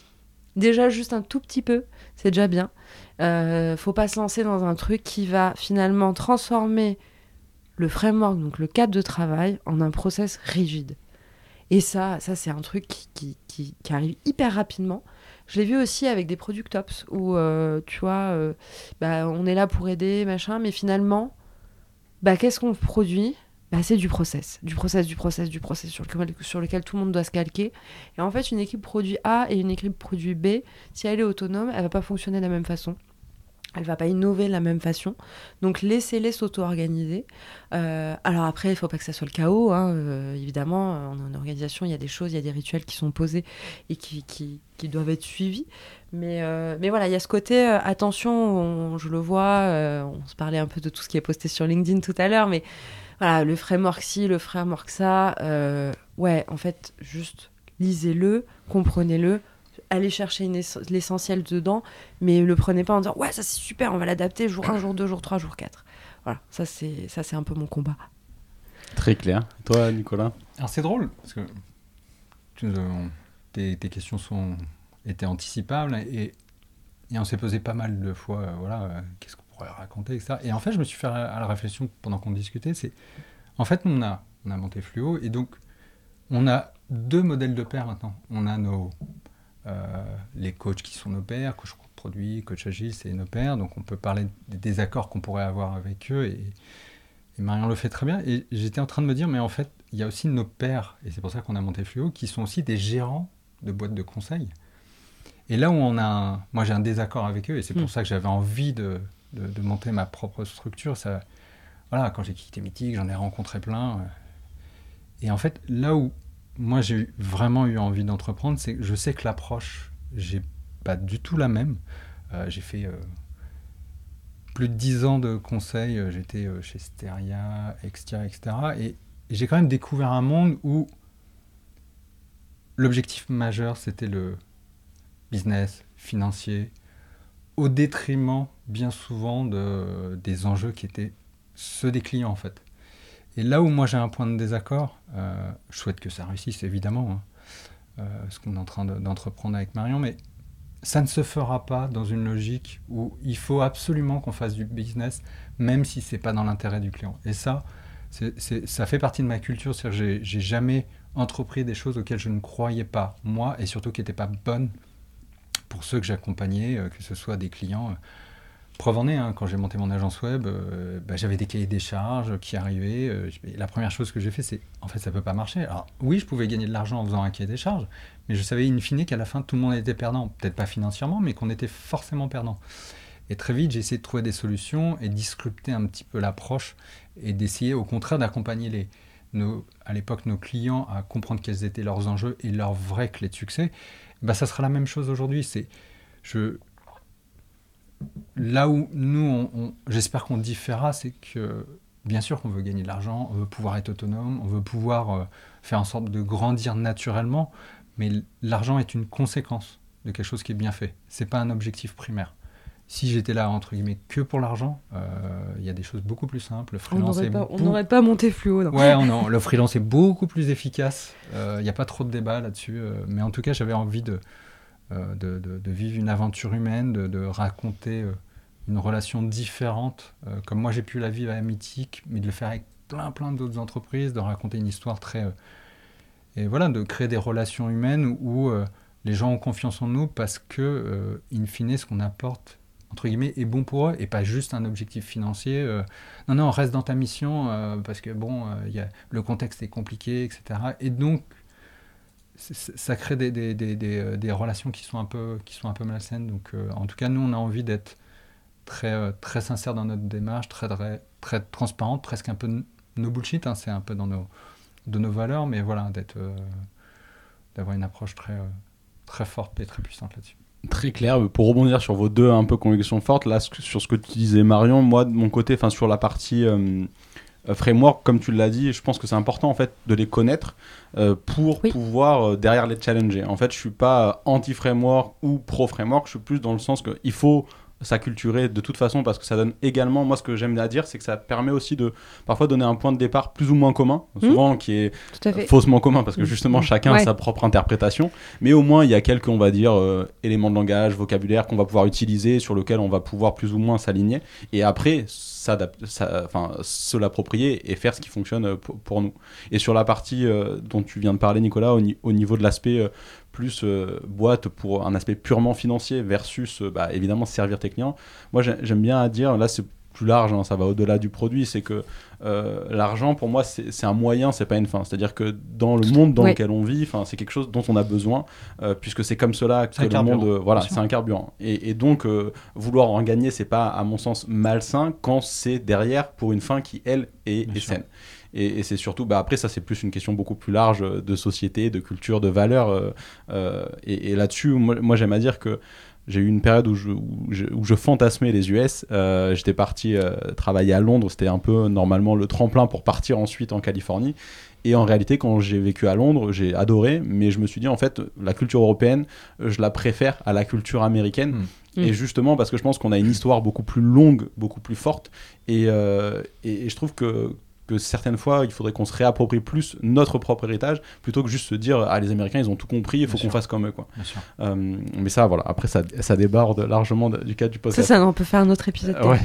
déjà juste un tout petit peu, c'est déjà bien. Il ne faut pas se lancer dans un truc qui va finalement transformer le framework, donc le cadre de travail, en un process rigide. Et ça, ça c'est un truc qui, qui, qui, qui arrive hyper rapidement. Je l'ai vu aussi avec des Product Ops où, euh, tu vois, euh, bah, on est là pour aider, machin, mais finalement, bah, qu'est-ce qu'on produit ? Bah, c'est du process, du process, du process, du process sur lequel, sur lequel tout le monde doit se calquer. Et en fait, une équipe produit A et une équipe produit B, si elle est autonome, elle ne va pas fonctionner de la même façon. Elle ne va pas innover de la même façon. Donc, laissez-les s'auto-organiser. Euh, alors après, il ne faut pas que ça soit le chaos. Hein. Euh, évidemment, en, en organisation, il y a des choses, il y a des rituels qui sont posés et qui, qui, qui doivent être suivis. Mais, euh, mais voilà, il y a ce côté, euh, attention, on, je le vois, euh, on se parlait un peu de tout ce qui est posté sur LinkedIn tout à l'heure, mais voilà, le framework ci, le framework ça, euh, ouais, en fait, juste lisez-le, comprenez-le, allez chercher une ess- l'essentiel dedans, mais le prenez pas en disant ouais, ça c'est super, on va l'adapter jour un, jour deux, jour trois, jour quatre. Voilà, ça c'est, ça c'est un peu mon combat. Très clair. Et toi, Nicolas ? Alors c'est drôle, parce que tu, euh, tes, tes questions sont, étaient anticipables et, et on s'est posé pas mal de fois, euh, voilà, euh, qu'est-ce qu'on pourrait raconter, et cetera. Et en fait, je me suis fait à la réflexion pendant qu'on discutait, c'est en fait, on a, on a monté Fluo et donc on a deux modèles de pairs maintenant. On a nos Euh, les coachs qui sont nos pairs, coach produit, coach agile, c'est nos pairs, donc on peut parler des désaccords qu'on pourrait avoir avec eux, et, et Marion le fait très bien, et j'étais en train de me dire, mais en fait, il y a aussi nos pairs, et c'est pour ça qu'on a monté Fluo, qui sont aussi des gérants de boîtes de conseil, et là où on a un, moi j'ai un désaccord avec eux, et c'est pour mmh. ça que j'avais envie de, de, de monter ma propre structure, ça, voilà, quand j'ai quitté Mythic, j'en ai rencontré plein, et en fait, là où moi, j'ai vraiment eu envie d'entreprendre, c'est que je sais que l'approche, j'ai pas du tout la même. Euh, j'ai fait euh, plus de dix ans de conseil, euh, j'étais euh, chez Steria, Extia, et cetera. Et, et j'ai quand même découvert un monde où l'objectif majeur, c'était le business, financier, au détriment, bien souvent, de, des enjeux qui étaient ceux des clients, en fait. Et là où moi j'ai un point de désaccord, euh, je souhaite que ça réussisse évidemment, hein, euh, ce qu'on est en train de, d'entreprendre avec Marion, mais ça ne se fera pas dans une logique où il faut absolument qu'on fasse du business, même si c'est pas dans l'intérêt du client. Et ça, c'est, c'est, ça fait partie de ma culture, c'est-à-dire que j'ai, j'ai jamais entrepris des choses auxquelles je ne croyais pas, moi, et surtout qui n'étaient pas bonnes pour ceux que j'accompagnais, euh, que ce soit des clients... Euh, Preuve en est, hein, quand j'ai monté mon agence web, euh, bah, j'avais des cahiers des charges qui arrivaient. Euh, la première chose que j'ai fait, c'est en fait, ça ne peut pas marcher. Alors oui, je pouvais gagner de l'argent en faisant un cahier des charges, mais je savais in fine qu'à la fin, tout le monde était perdant. Peut-être pas financièrement, mais qu'on était forcément perdant. Et très vite, j'ai essayé de trouver des solutions et d'iscruter un petit peu l'approche et d'essayer au contraire d'accompagner les, nos, à l'époque nos clients à comprendre quels étaient leurs enjeux et leurs vraies clés de succès. Bah, ça sera la même chose aujourd'hui. C'est, je, là où nous, on, on, j'espère qu'on différera, c'est que bien sûr qu'on veut gagner de l'argent, on veut pouvoir être autonome, on veut pouvoir euh, faire en sorte de grandir naturellement, mais l'argent est une conséquence de quelque chose qui est bien fait. C'est pas un objectif primaire. Si j'étais là, entre guillemets, que pour l'argent, il euh, y a des choses beaucoup plus simples. Le freelance on n'aurait pas, pas monté plus haut. Non. Ouais, non, le freelance est beaucoup plus efficace. Il euh, n'y a pas trop de débat là-dessus. Euh, mais en tout cas, j'avais envie de, euh, de, de, de vivre une aventure humaine, de, de raconter euh, une relation différente, euh, comme moi j'ai pu la vivre à Mythique, mais de le faire avec plein, plein d'autres entreprises, de raconter une histoire très... Euh, et voilà, de créer des relations humaines où, où euh, les gens ont confiance en nous parce que, euh, in fine, ce qu'on apporte, entre guillemets, est bon pour eux et pas juste un objectif financier. Euh, non, non, reste dans ta mission euh, parce que, bon, euh, y a, le contexte est compliqué, et cetera. Et donc, ça crée des, des, des, des, des relations qui sont un peu, qui sont un peu malsaines. Donc, euh, en tout cas, nous, on a envie d'être très, euh, très sincère dans notre démarche, très, très, très transparente, presque un peu no bullshit, hein, c'est un peu dans nos, de nos valeurs, mais voilà, d'être, euh, d'avoir une approche très, euh, très forte et très puissante là-dessus. Très clair. Pour rebondir sur vos deux un peu convictions fortes, là, sur ce que tu disais, Marion, moi, de mon côté, enfin, sur la partie euh, framework, comme tu l'as dit, je pense que c'est important, en fait, de les connaître euh, pour oui. pouvoir, euh, derrière, les challenger. En fait, je suis pas anti-framework ou pro-framework, je suis plus dans le sens qu'il faut s'acculturer de toute façon parce que ça donne également, moi ce que j'aime à dire c'est que ça permet aussi de parfois donner un point de départ plus ou moins commun, souvent mmh. qui est faussement commun parce que justement mmh. chacun ouais. a sa propre interprétation, mais au moins il y a quelques on va dire euh, éléments de langage, vocabulaire qu'on va pouvoir utiliser, sur lequel on va pouvoir plus ou moins s'aligner et après ça, enfin, se l'approprier et faire ce qui fonctionne pour, pour nous. Et sur la partie euh, dont tu viens de parler Nicolas, au, au niveau de l'aspect euh, plus euh, boîte pour un aspect purement financier versus euh, bah, évidemment servir tes clients. Moi j'aime bien à dire, là c'est plus large, hein, ça va au-delà du produit, c'est que euh, l'argent pour moi c'est, c'est un moyen, c'est pas une fin. C'est-à-dire que dans le monde dans oui. lequel on vit, c'est quelque chose dont on a besoin euh, puisque c'est comme cela que le monde, euh, voilà, c'est un carburant. Et, et donc euh, vouloir en gagner, c'est pas à mon sens malsain quand c'est derrière pour une fin qui elle est, est saine. Et, et c'est surtout, bah après ça c'est plus une question beaucoup plus large de société, de culture, de valeurs. Euh, euh, et, et là-dessus, moi, moi j'aime à dire que j'ai eu une période où je, où je, où je fantasmais les U S. Euh, j'étais parti euh, travailler à Londres, c'était un peu normalement le tremplin pour partir ensuite en Californie. Et en réalité, quand j'ai vécu à Londres, j'ai adoré, mais je me suis dit en fait, la culture européenne, je la préfère à la culture américaine. Mmh. Et justement parce que je pense qu'on a une histoire beaucoup plus longue, beaucoup plus forte. Et, euh, et, et je trouve que que certaines fois, il faudrait qu'on se réapproprie plus notre propre héritage, plutôt que juste se dire « Ah, les Américains, ils ont tout compris, il faut qu'on fasse comme eux. » quoi. Euh, mais ça, voilà, après, ça, ça déborde largement de, du cadre du podcast. Ça, ça, on peut faire un autre épisode. Euh, ouais.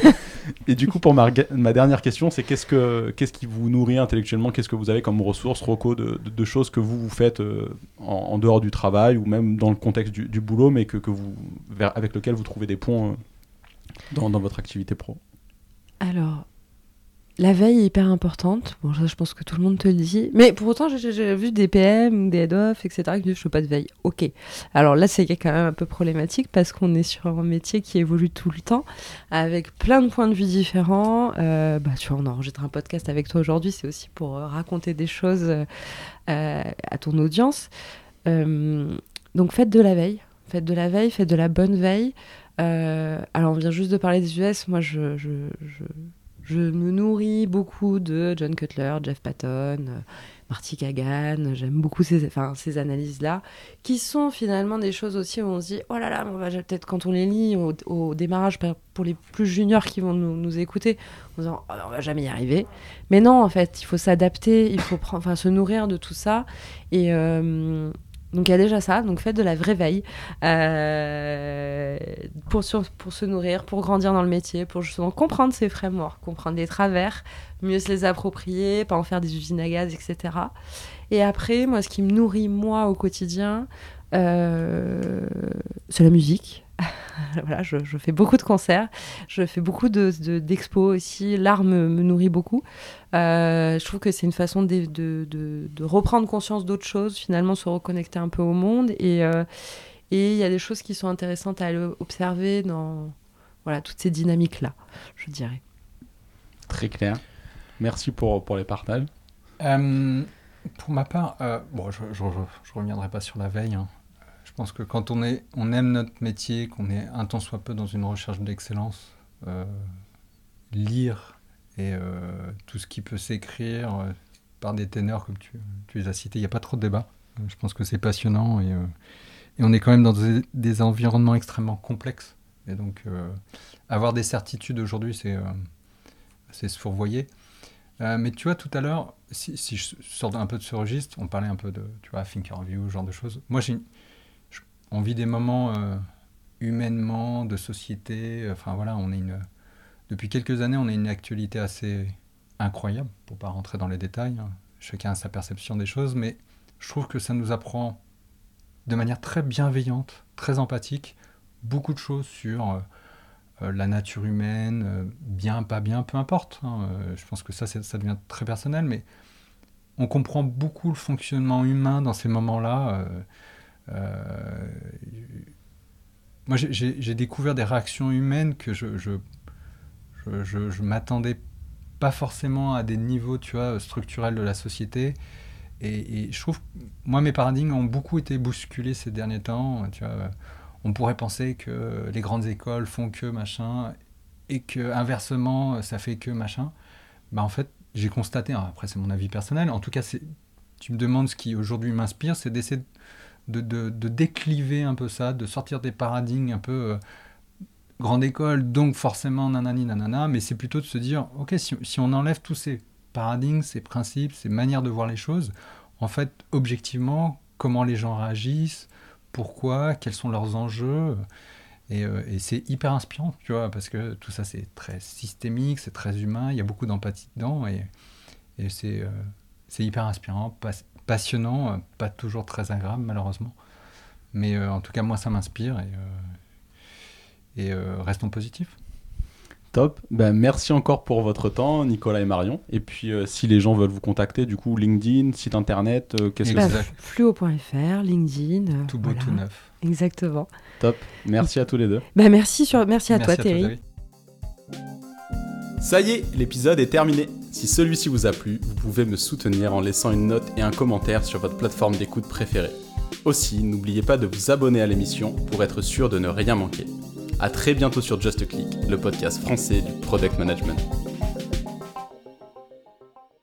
Et du coup, pour ma, ma dernière question, c'est qu'est-ce, que, qu'est-ce qui vous nourrit intellectuellement ? Qu'est-ce que vous avez comme ressources, recos, de, de, de choses que vous, vous faites euh, en, en dehors du travail ou même dans le contexte du, du boulot, mais que, que vous, vers, avec lequel vous trouvez des ponts euh, dans, dans votre activité pro ? Alors... La veille est hyper importante. Bon, ça, je pense que tout le monde te le dit. Mais pour autant, j'ai, j'ai vu des P M, des head-off, et cetera qui disent « je fais pas de veille ». Ok. Alors là, c'est quand même un peu problématique parce qu'on est sur un métier qui évolue tout le temps, avec plein de points de vue différents. Euh, bah, tu vois, on enregistre un podcast avec toi aujourd'hui, c'est aussi pour euh, raconter des choses euh, à ton audience. Euh, donc, faites de la veille. Faites de la veille, faites de la bonne veille. Euh, alors, on vient juste de parler des U S. Moi, je... je, je Je me nourris beaucoup de John Cutler, Jeff Patton, euh, Marty Kagan. J'aime beaucoup ces, enfin, ces analyses-là, qui sont finalement des choses aussi où on se dit « Oh là là, on va, peut-être quand on les lit au, au démarrage, pour les plus juniors qui vont nous, nous écouter, en disant oh, « On va jamais y arriver ». Mais non, en fait, il faut s'adapter, il faut prendre, enfin, se nourrir de tout ça. Et... Euh, Donc il y a déjà ça, donc faites de la vraie veille euh, pour, sur, pour se nourrir, pour grandir dans le métier, pour justement comprendre ces frameworks, comprendre les travers, mieux se les approprier, pas en faire des usines à gaz, et cetera. Et après, moi, ce qui me nourrit, moi, au quotidien, euh, c'est la musique. Voilà, je, je fais beaucoup de concerts, je fais beaucoup de, de, d'expos aussi, l'art me, me nourrit beaucoup. Euh, je trouve que c'est une façon de, de, de, de reprendre conscience d'autres choses, finalement se reconnecter un peu au monde. Et il euh, et y a des choses qui sont intéressantes à aller observer dans, voilà, toutes ces dynamiques-là, je dirais. Très clair. Merci pour, pour les partages. Euh, pour ma part, euh, bon, je ne reviendrai pas sur la veille. Hein. Je pense que quand on, est, on aime notre métier, qu'on est un tant soit peu dans une recherche d'excellence, euh, lire et euh, tout ce qui peut s'écrire euh, par des ténors comme tu, tu les as cités, il n'y a pas trop de débat. Euh, je pense que c'est passionnant et, euh, et on est quand même dans des, des environnements extrêmement complexes. Et donc, euh, avoir des certitudes aujourd'hui, c'est, euh, c'est se fourvoyer. Euh, mais tu vois, tout à l'heure, si, si je sors un peu de ce registre, on parlait un peu de, tu vois, Thinkerview, ce genre de choses. Moi, j'ai, je, on vit des moments euh, humainement, de société. Enfin, voilà, on est une... Depuis quelques années, on a une actualité assez incroyable, pour ne pas rentrer dans les détails. Hein. Chacun a sa perception des choses, mais je trouve que ça nous apprend de manière très bienveillante, très empathique, beaucoup de choses sur... Euh, Euh, la nature humaine, euh, bien, pas bien, peu importe. Hein, euh, je pense que ça, ça devient très personnel, mais on comprend beaucoup le fonctionnement humain dans ces moments-là. Euh, euh, moi, j'ai, j'ai découvert des réactions humaines que je je, je, je, je m'attendais pas forcément à des niveaux, tu vois, structurels de la société. Et, et je trouve, moi, mes paradigmes ont beaucoup été bousculés ces derniers temps, tu vois. On pourrait penser que les grandes écoles font que machin, et que inversement ça fait que machin. Bah en fait, j'ai constaté, après c'est mon avis personnel, en tout cas, c'est, tu me demandes ce qui aujourd'hui m'inspire, c'est d'essayer de, de, de décliver un peu ça, de sortir des paradigmes un peu euh, grande école, donc forcément nanani nanana, mais c'est plutôt de se dire, ok, si, si on enlève tous ces paradigmes, ces principes, ces manières de voir les choses, en fait, objectivement, comment les gens réagissent, pourquoi, quels sont leurs enjeux, et, euh, et c'est hyper inspirant, tu vois, parce que tout ça c'est très systémique, c'est très humain, il y a beaucoup d'empathie dedans, et, et c'est, euh, c'est hyper inspirant, pas, passionnant, euh, pas toujours très agréable malheureusement, mais euh, en tout cas moi ça m'inspire, et, euh, et euh, restons positifs. Top. Ben, merci encore pour votre temps, Nicolas et Marion. Et puis, euh, si les gens veulent vous contacter, du coup, LinkedIn, site internet, euh, qu'est-ce Exact. que Bah, fluo point f r, LinkedIn. euh, Tout beau, voilà. tout neuf. Exactement. Top. Merci à tous les deux. Bah, merci, sur... merci à Merci toi, à toi, Thierry. Thierry. Ça y est, l'épisode est terminé. Si celui-ci vous a plu, vous pouvez me soutenir en laissant une note et un commentaire sur votre plateforme d'écoute préférée. Aussi, n'oubliez pas de vous abonner à l'émission pour être sûr de ne rien manquer. À très bientôt sur Just Click, le podcast français du Product Management.